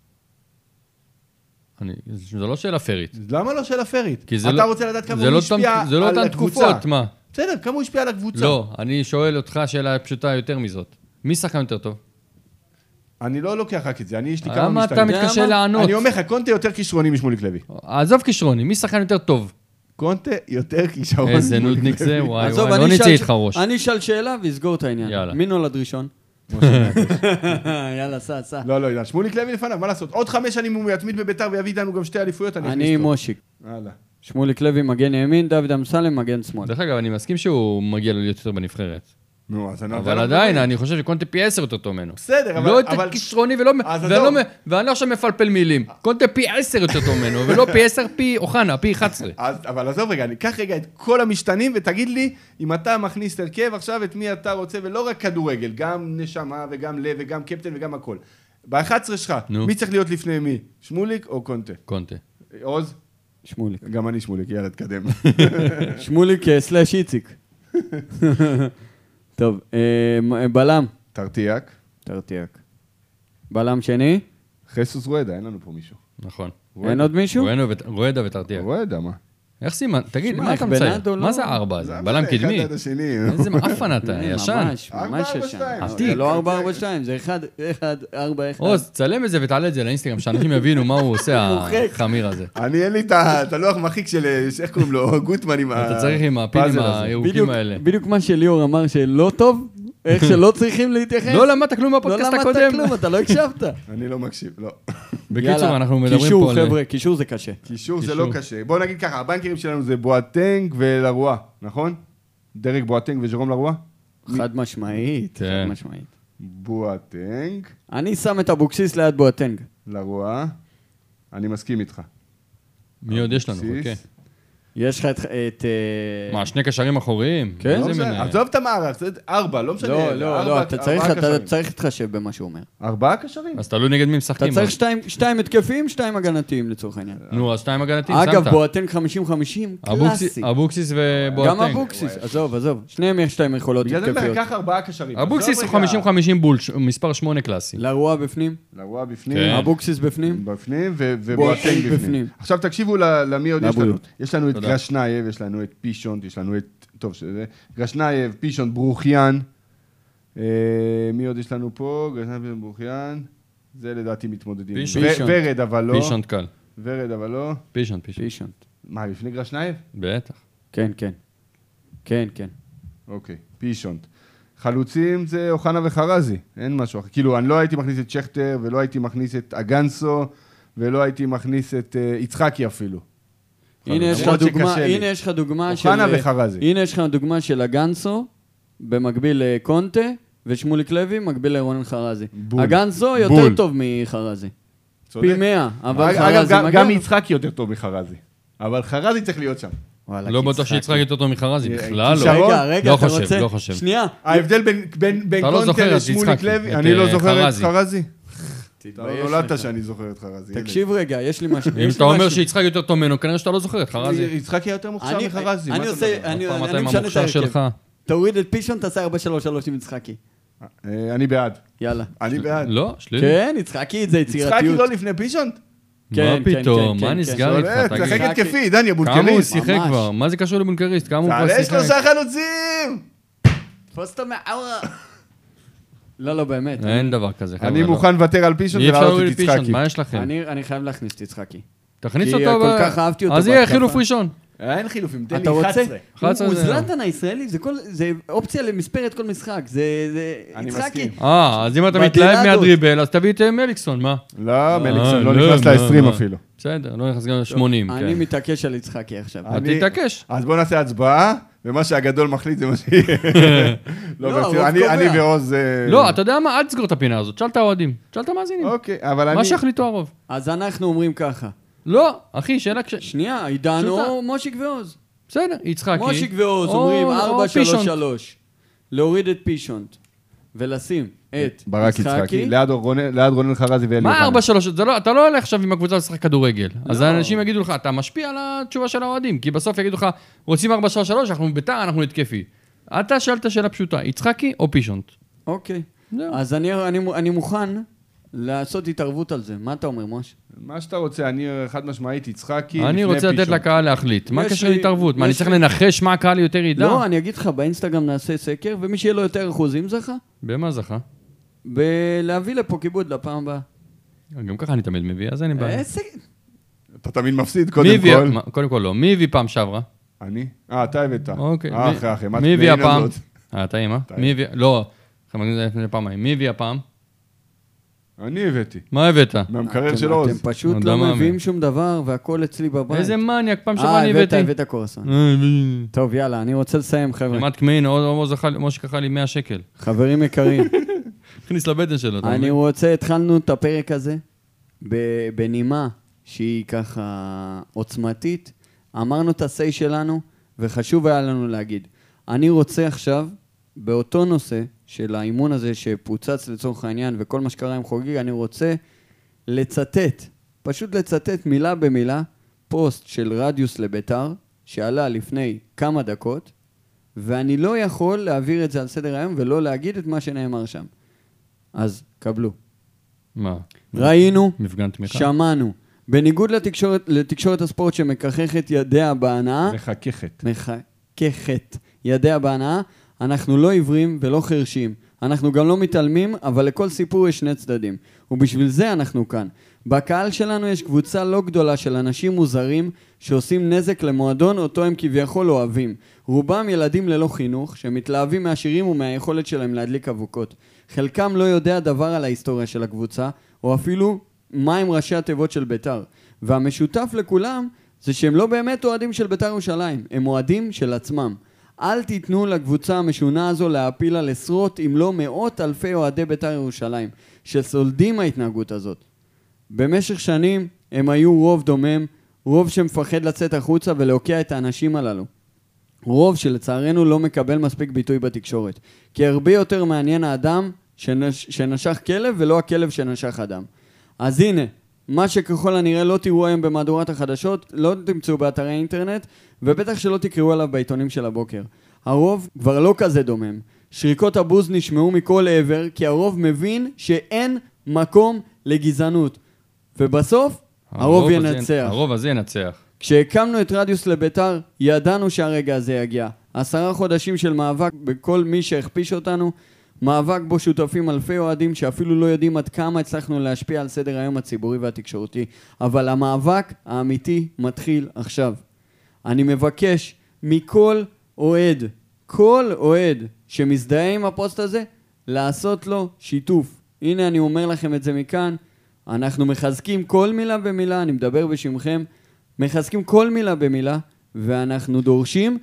זה לא שאלה פרית. למה לא שאלה פרית? כי זה אתה לא- רוצה לדעת כמה זה הוא לא השפיע אותם- זה לא על אותן הקבוצה. תקופות, מה? בסדר, כמה הוא השפיע על הקבוצה? לא, אני שואל אותך שאלה פשוטה יותר מזאת. מי שחקן יותר טוב? אני לא לוקח רק את זה, יש לי כמה למה אתה משתנים. מתקשה למה? לענות? אני אומר לך, קונטה יותר כישרוני משמוליק לוי. עזוב כישרוני, מי שחקן יותר טוב? קונטה יותר כישרון איזה משמוליק נודניק זה, לוי. וואי עזוב, וואי, לא אני נצא אשאל- איתך ראש. אני אשאל שאלה ויסגור את העניין. יאללה. מי נולד ראשון? יאללה, סע. לא, שמוליק לוי לפניו, מה לעשות? עוד 5 שנים הוא יתמיד בביתר ויביא איתנו גם 2 אליפויות, אני אני אכניס עם אותו. מושיק. הלאה. שמוליק לוי מגן ימין, דוד אמסלם מגן שמאל. דרך אגב, אני מסכים שהוא מגיע לו להיות יותר בנבחרת. נו, אז אני... אבל עדיין, אני חושב שקונטה פי 10 יותר טוב ממנו. בסדר, לא יותר אבל... כישרוני אז ואני לא עכשיו מפלפל מילים. קונטה פי 10 יותר טוב ממנו, ולא פי 10 פי אוחנה, פי 11. אבל עזוב רגע, קח רגע את כל המשתנים ותגיד לי אם אתה מכניס הרכב עכשיו את מי אתה רוצה, ולא רק כדורגל, גם נשמה וגם לב וגם קפטן וגם הכל. ב-11 שלך, נו. מי צריך להיות לפני מי? שמוליק או קונטה? קונטה. עוז? שמוליק. גם אני שמוליק, יאללה, תקדם. שמוליק סלאש איציק. טוב, בלם. תרתיאק. תרתיאק. בלם שני? חסוס רואדה, אין לנו פה מישהו. נכון. אין עוד מישהו? רואדה ותרתיאק. רואדה, מה? איך סימן? תגיד, שמע, מה איך אתה מצייר? בנאדו לא- מה זה 4 הזה? זה בלם אחד קדמי? עד השני. איזה מאפן אתה, ישן. ממש 4-4-2. ישן. עתיק. זה לא 442, זה 1-4-1. עוז, צלם את זה ותעלה את זה לאינסטגרם, שאנשים יבינו מה הוא עושה, החמיר הזה. אני אין לי את הלוח מחיק של, איך קוראים לו, גוטמן עם אתה צריך עם הפינים הפאזל הזה. הירוקים האלה. בדיוק מה שליאור אמר שלא טוב, איך שלא צריכים להתייחס. לא למדת כלום לא מהפודקאסט למדת הקודם. כלום, אתה לא הקשבת. אני לא מקשיב, לא. בקיצור, יאללה, אנחנו מדברים פה קישור, על... חבר'ה, קישור זה קשה. קישור זה קישור. לא קשה. בואו נגיד ככה, הבנקרים שלנו זה בואטנג ולרואה, נכון? דרק בואטנג וז'רום לרואה? חד משמעית, כן. חד משמעית. בואטנג, אני שם את אבוקסיס ליד בואטנג. לרואה, אני מסכים איתך. מי עוד יש לנו? אבוקסיס. אוקיי. יש לך את... מה, 2 קשרים אחוריים? כן. איזה לא משנה, מין- עזוב את המערך, זה 4, לא משנה. לא, אתה צריך להתחשב במה שהוא אומר. 4 קשרים. אז תלוי נגד מי משחקים. אתה צריך 2 התקפים, 2 הגנתיים לצורך העניין. נו, אז 2 הגנתיים, שמת. אגב, בואטנג 50-50, קלאסי. אבוקסיס גם ובואטנג. אבוקסיס, עזוב. שניהם יש 2 יכולות בגלל זה אני אומר, התקפיות. קח 4 קשרים. אבוקסיס הוא עזוב רגע. 50-50 בול, מספר 8 קלאסי. לרואה בפנים, לרואה בפנים. כן. אבוקסיס בפנים. בפנים ובואטנג בואטנג בפנים. בפנים. עכשיו תקשיבו למי עוד יש לנו. לבריאות. יש לנו את תודה. גרשנייב, יש לנו את פישונט, יש לנו את... טוב, שזה... גרשנייב, פישונט, ברוכיאן. מי עוד יש לנו פה? גרשנייב, ברוכיאן. זה לדעתי מתמודדים. פישונט. ורד, אבל לא. פישונט קל. ורד, אבל לא. פישונט. פישונט. מה, לפני גרשנייב? בטח. כן. אוקיי, פישונט. חלוצים זה אוחנה וחרזי, אין משהו אחר. כאילו, אני לא הייתי מכניס את שכטר, ולא הייתי מכניס את אגנסו, ולא הייתי מכניס את יצחקי אפילו. הנה יש לך דוגמה של... אוחנה וחרזי. הנה יש לך דוגמה של אגנסו, במקביל לקונטה, ושמוליק לוי, מקביל לרונן חרזי. בול. אגנסו בול. יותר טוב מחרזי. צודק. פי 100, אבל אגב, חרזי מגן. גם יצחקי יותר טוב מחרזי. אבל חרזי צריך להיות שם. וואלה, לא כי בטוח יצחקי. שיצחק יותר טוב מחרזי, בכלל לא. כישרון? רגע, לא אתה חושב, רוצה... לא חושב. שנייה. ההבדל בין אתה לא זוכר קונטה את לשמוליק יצחקי, לוי, את, אני לא זוכר את חרזי. חרזי. אתה תתבייש לא נולדת לך. שאני זוכר את חרזי. ילד. תקשיב רגע, יש לי משהו. אם אתה אומר שיצחק יותר טוב ממנו, כנראה שאתה לא זוכר את חרזי. יצחקי יותר מוכשר אני- מחרזי. אני מה אתה עושה- מדבר? אני- פעם אתה אני עם משנה את המוכשר ההרכב. שלך. תוריד את פישון, תעשה 4-3-3 עם יצחקי. אני בעד. יאללה. אני בעד. לא, שלילי. כן, יצחקי זה יצחקי יצירתיות. לא לפני פישון? כן, מה כן, פתאום? כן, מה כן, נסגר כן. איתך? שולט, תגיד. לשחק יצחקי. התקפי, דני כמה הוא הבולקריסט. שיחק ממש. כבר? מה זה קשור לבונקריסט? כמה הוא כבר תעלה שיחק? 3 חלוצים! תפוס אותו מהעורה. לא, לא, באמת. אין דבר כזה. חבר'ה, אני לא. מוכן לוותר על פישון אי אפשר ולהעלות להוריד את את פישון, יצחקי. מה יש לכם? אני חייב להכניס את יצחקי. תכניס כי אותו. כל כך אהבתי אותו אז יהיה בהתקפה. חילוף ראשון. אין חילופים, תן לי אתה רוצה? 11. 11 הוא זה- זלאטן הישראלי, זה אופציה למספרת כל משחק. זה אני יצחקי. מסכים. אז אם אתה בדילדות. מתלהב מהדריבל, אז תביא את מליקסון, מה? לא, מליקסון לא לא, נכנס לא, ל-20 לא. אפילו. בסדר, לא נכנס גם ל-80. אני מתעקש על יצחקי עכשיו. אז אני- תתעקש. אז בוא נעשה הצבעה, ומה שהגדול מחליט זה מה שיהיה. לא, ברצינות, הרוב קובע. אני ועוז... לא, אתה יודע מה? אל תסגור את הפינה הזאת. תשאל את האוהדים. תשאל את המאזינים. אוקיי, אבל אני... מה שיחליטו הרוב. אז אנחנו אומרים ככה. לא, אחי, שאלה שנייה, עידן פשוטה. או מושיק ועוז. בסדר, יצחקי. מושיק ועוז או- אומרים או פישון. 4-3-3. להוריד את פישונט. ולשים את ברק יצחקי, ליד רונן חרזי ואלי מה אוחנה. 4-3? אתה לא הולך עכשיו עם הקבוצה לשחק כדורגל. אז האנשים יגידו לך, אתה משפיע על התשובה של האוהדים, כי בסוף יגידו לך, רוצים 4-3-3, אנחנו בית"ר, אנחנו נתקפי. אתה שאלת שאלה פשוטה, יצחקי או פישונט? אוקיי. זהו. אז אני מוכן לעשות התערבות על זה. מה אתה אומר, מוש? מה שאתה רוצה, אני חד משמעית יצחקי אני לפני רוצה לתת פישון. לקהל להחליט. מה יש הקשר לי- להתערבות? מה, אני יש צריך לי- לנחש מה הקהל יותר ידע? לא, אני אגיד לך, באינסטגרם נעשה סקר, ומי שיהיה לו יותר אחוזים זכה, במה זכה? בלהביא לפה כיבוד לפעם הבאה. גם ככה אני תמיד מביא, אז אין לי בעיה. איזה... אתה תמיד מפסיד מי קודם הביא- כל. מה, קודם כל לא. מי הביא פעם שעברה? אני? אתה הבאת. אוקיי. אחי, מי הביא הפעם? הזאת? אתה אימא? אתה. מי הביא... לא, חבר הכנסת לפני פעמיים. מי הביא הפעם? אני הבאתי. מה הבאת? מהמקרר של אתם עוז. פשוט אתה לא מאמין. מביאים שום דבר, והכל אצלי בבית. איזה מניאק, פעם שעברה אני הבאתי. הבאת קורסון. טוב, יאללה, אני רוצה לסיים, חבר'ה. כמעט קמין, או משה קחה לי 100 שקל. חברים יקרים, הכניס לבטן שלו, אתה אני מבין? רוצה, התחלנו את הפרק הזה בנימה שהיא ככה עוצמתית. אמרנו את ה-say שלנו, וחשוב היה לנו להגיד. אני רוצה עכשיו, באותו נושא של האימון הזה שפוצץ לצורך העניין, וכל מה שקרה עם חוגג, אני רוצה לצטט, פשוט לצטט מילה במילה, פוסט של רדיוס לביתר, שעלה לפני כמה דקות, ואני לא יכול להעביר את זה על סדר היום, ולא להגיד את מה שנאמר שם. אז קבלו. מה? ראינו, מפגן תמיכה? שמענו. בניגוד לתקשורת הספורט שמכככת ידיה בהנאה, מחככת. מחככת ידיה בהנאה, אנחנו לא עיוורים ולא חרשים. אנחנו גם לא מתעלמים, אבל לכל סיפור יש שני צדדים. ובשביל זה אנחנו כאן. בקהל שלנו יש קבוצה לא גדולה של אנשים מוזרים שעושים נזק למועדון אותו הם כביכול אוהבים. רובם ילדים ללא חינוך שמתלהבים מהשירים ומהיכולת שלהם להדליק אבוקות. חלקם לא יודע דבר על ההיסטוריה של הקבוצה, או אפילו מה הם ראשי התיבות של ביתר. והמשותף לכולם זה שהם לא באמת אוהדים של ביתר ירושלים, הם אוהדים של עצמם. אל תיתנו לקבוצה המשונה הזו להפיל על עשרות אם לא מאות אלפי אוהדי ביתר ירושלים שסולדים ההתנהגות הזאת. במשך שנים הם היו רוב דומם, רוב שמפחד לצאת החוצה ולהוקיע את האנשים הללו. רוב שלצערנו לא מקבל מספיק ביטוי בתקשורת, כי הרבה יותר מעניין האדם שנשך כלב ולא הכלב שנשך אדם. אז הנה, מה שככל הנראה לא תראו היום במהדורת החדשות, לא תמצאו באתרי אינטרנט, ובטח שלא תקראו עליו בעיתונים של הבוקר. הרוב כבר לא כזה דומם. שריקות הבוז נשמעו מכל עבר, כי הרוב מבין שאין מקום לגזענות. ובסוף, הרוב ינצח. הרוב הזה ינצח. כשהקמנו את רדיוס לביתר, ידענו שהרגע הזה יגיע. 10 חודשים של מאבק בכל מי שהכפיש אותנו, מאבק בו שותפים אלפי אוהדים שאפילו לא יודעים עד כמה הצלחנו להשפיע על סדר היום הציבורי והתקשורתי. אבל המאבק האמיתי מתחיל עכשיו. אני מבקש מכל אוהד, כל אוהד שמזדהה עם הפוסט הזה, לעשות לו שיתוף. הנה אני אומר לכם את זה מכאן, אנחנו מחזקים כל מילה במילה, אני מדבר בשמכם, מחזקים כל מילה במילה, ואנחנו דורשים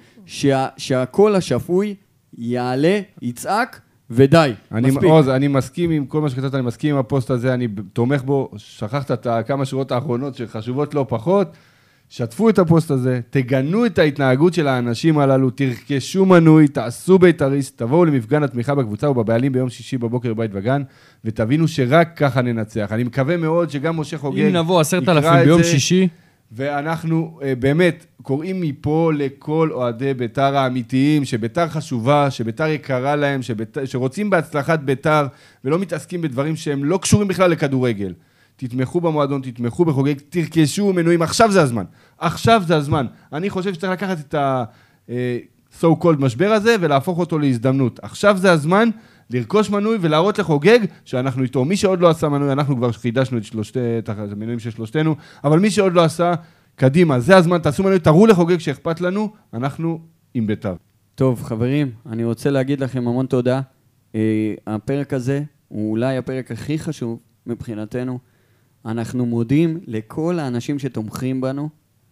שהקול השפוי יעלה, יצעק, ודי, מספיק. עוז, אני מסכים עם כל מה שכתבת, אני מסכים עם הפוסט הזה, אני תומך בו, שכחת את כמה שורות האחרונות שחשובות לא פחות, שתפו את הפוסט הזה, תגנו את ההתנהגות של האנשים הללו, תרכשו מנוי, תעשו בית"ריסט, תבואו למפגן התמיכה בקבוצה ובבעלים ביום שישי בבוקר בבית וגן, ותבינו שרק ככה ננצח. אני מקווה מאוד שגם משה חוגג אם נבוא 10,000 ביום שישי, ואנחנו באמת קוראים מפה לכל אוהדי בית"ר האמיתיים, שבית"ר חשובה, שבית"ר יקרה להם, שרוצים בהצלחת בית"ר, ולא מתעסקים בדברים שהם לא קשורים בכלל לכדורגל. תתמכו במועדון, תתמכו בחוגג, תרכשו מנויים, עכשיו זה הזמן. עכשיו זה הזמן. אני חושב שצריך לקחת את ה-so called משבר הזה, ולהפוך אותו להזדמנות. עכשיו זה הזמן לרכוש מנוי ולהראות לחוגג שאנחנו איתו. מי שעוד לא עשה מנוי, אנחנו כבר חידשנו את המנויים של שלושתנו, אבל מי שעוד לא עשה, קדימה, זה הזמן, תעשו מנוי, תראו לחוגג שאכפת לנו, אנחנו עם בית"ר. טוב, חברים, אני רוצה להגיד לכם המון תודה. הפרק הזה הוא אולי הפרק הכי חשוב מבחינתנו. אנחנו מודים לכל האנשים שתומכים בנו.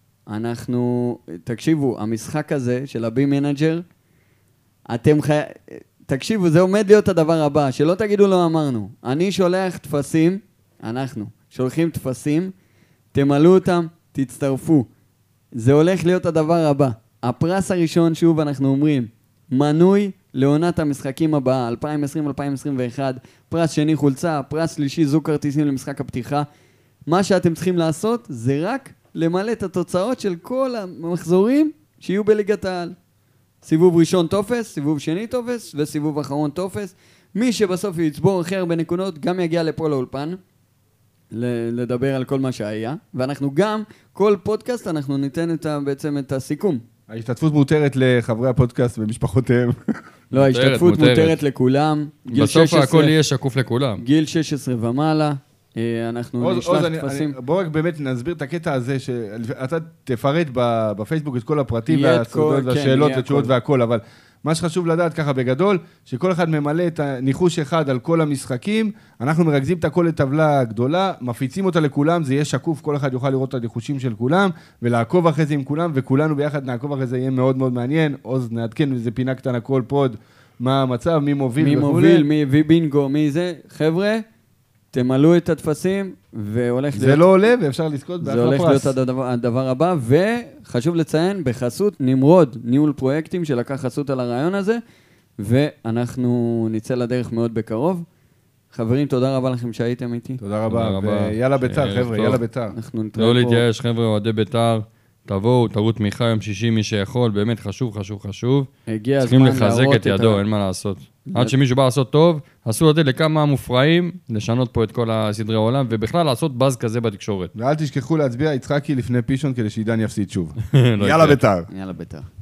תקשיבו, המשחק הזה של הבי מנג'ר, תקשיבו, זה עומד להיות הדבר הבא, שלא תגידו לא אמרנו. אני שולח תפסים, אנחנו שולחים תפסים, תמלאו אותם, תצטרפו. זה הולך להיות הדבר הבא. הפרס הראשון, שוב אנחנו אומרים, מנוי לעונת המשחקים הבאה, 2020-2021, פרס שני חולצה, פרס שלישי זוג כרטיסים למשחק הפתיחה. מה שאתם צריכים לעשות זה רק למלא את התוצאות של כל המחזורים שיהיו בליגת העל. סיבוב ראשון תופס, סיבוב שני תופס וסיבוב אחרון תופס. מי שבסוף יצבור הכי הרבה נקודות גם יגיע לפה לאולפן לדבר על כל מה שהיה. ואנחנו גם, כל פודקאסט אנחנו ניתן בעצם את הסיכום. ההשתתפות מותרת לחברי הפודקאסט ומשפחותיהם. לא, ההשתתפות מותרת לכולם. בסוף הכל יהיה שקוף לכולם. גיל 16 ומעלה. אנחנו נשלח תפסים. בואו רק באמת נסביר את הקטע הזה, שאתה תפרט בפייסבוק את כל הפרטים והשאלות ותשובות והכל, אבל מה שחשוב לדעת ככה בגדול, שכל אחד ממלא את הניחוש אחד על כל המשחקים, אנחנו מרכזים את הכל לטבלה גדולה, מפיצים אותה לכולם, זה יהיה שקוף, כל אחד יוכל לראות את הניחושים של כולם, ולעקוב אחרי זה עם כולם, וכולנו ביחד נעקוב אחרי זה, יהיה מאוד מאוד מעניין. עוז, נעדכן, וזה פינה קטנה כל פוד, מה המצב, מי מוביל מי מוביל, מי הביא בינגו, מי זה, חבר'ה, תמלאו את התפסים, והולך זה לא עולה, ואפשר לזכות זה הולך להיות הדבר הבא, וחשוב לציין, בחסות נמרוד, ניהול פרויקטים שלקח חסות על הרעיון הזה, ואנחנו נצא לדרך מאוד בקרוב. חברים, תודה רבה לכם שהייתם איתי. תודה רבה, ויאללה בית"ר, חבר'ה, יאללה בית"ר. לא להתייאש, חבר'ה, אוהדי בית"ר, תבואו, תראו תמיכה יום שישי, מי שיכול, באמת חשוב. צריכים לחזק את ידו, אין מה לעשות. עד שמישהו בא לעשות טוב, אסור לתת לכמה מופרעים, לשנות פה את כל הסדרי העולם, ובכלל לעשות בז כזה בתקשורת. ואל תשכחו להצביע יצחקי לפני פישון, כדי שעידן יפסיד שוב. יאללה בית"ר. יאללה בית"ר.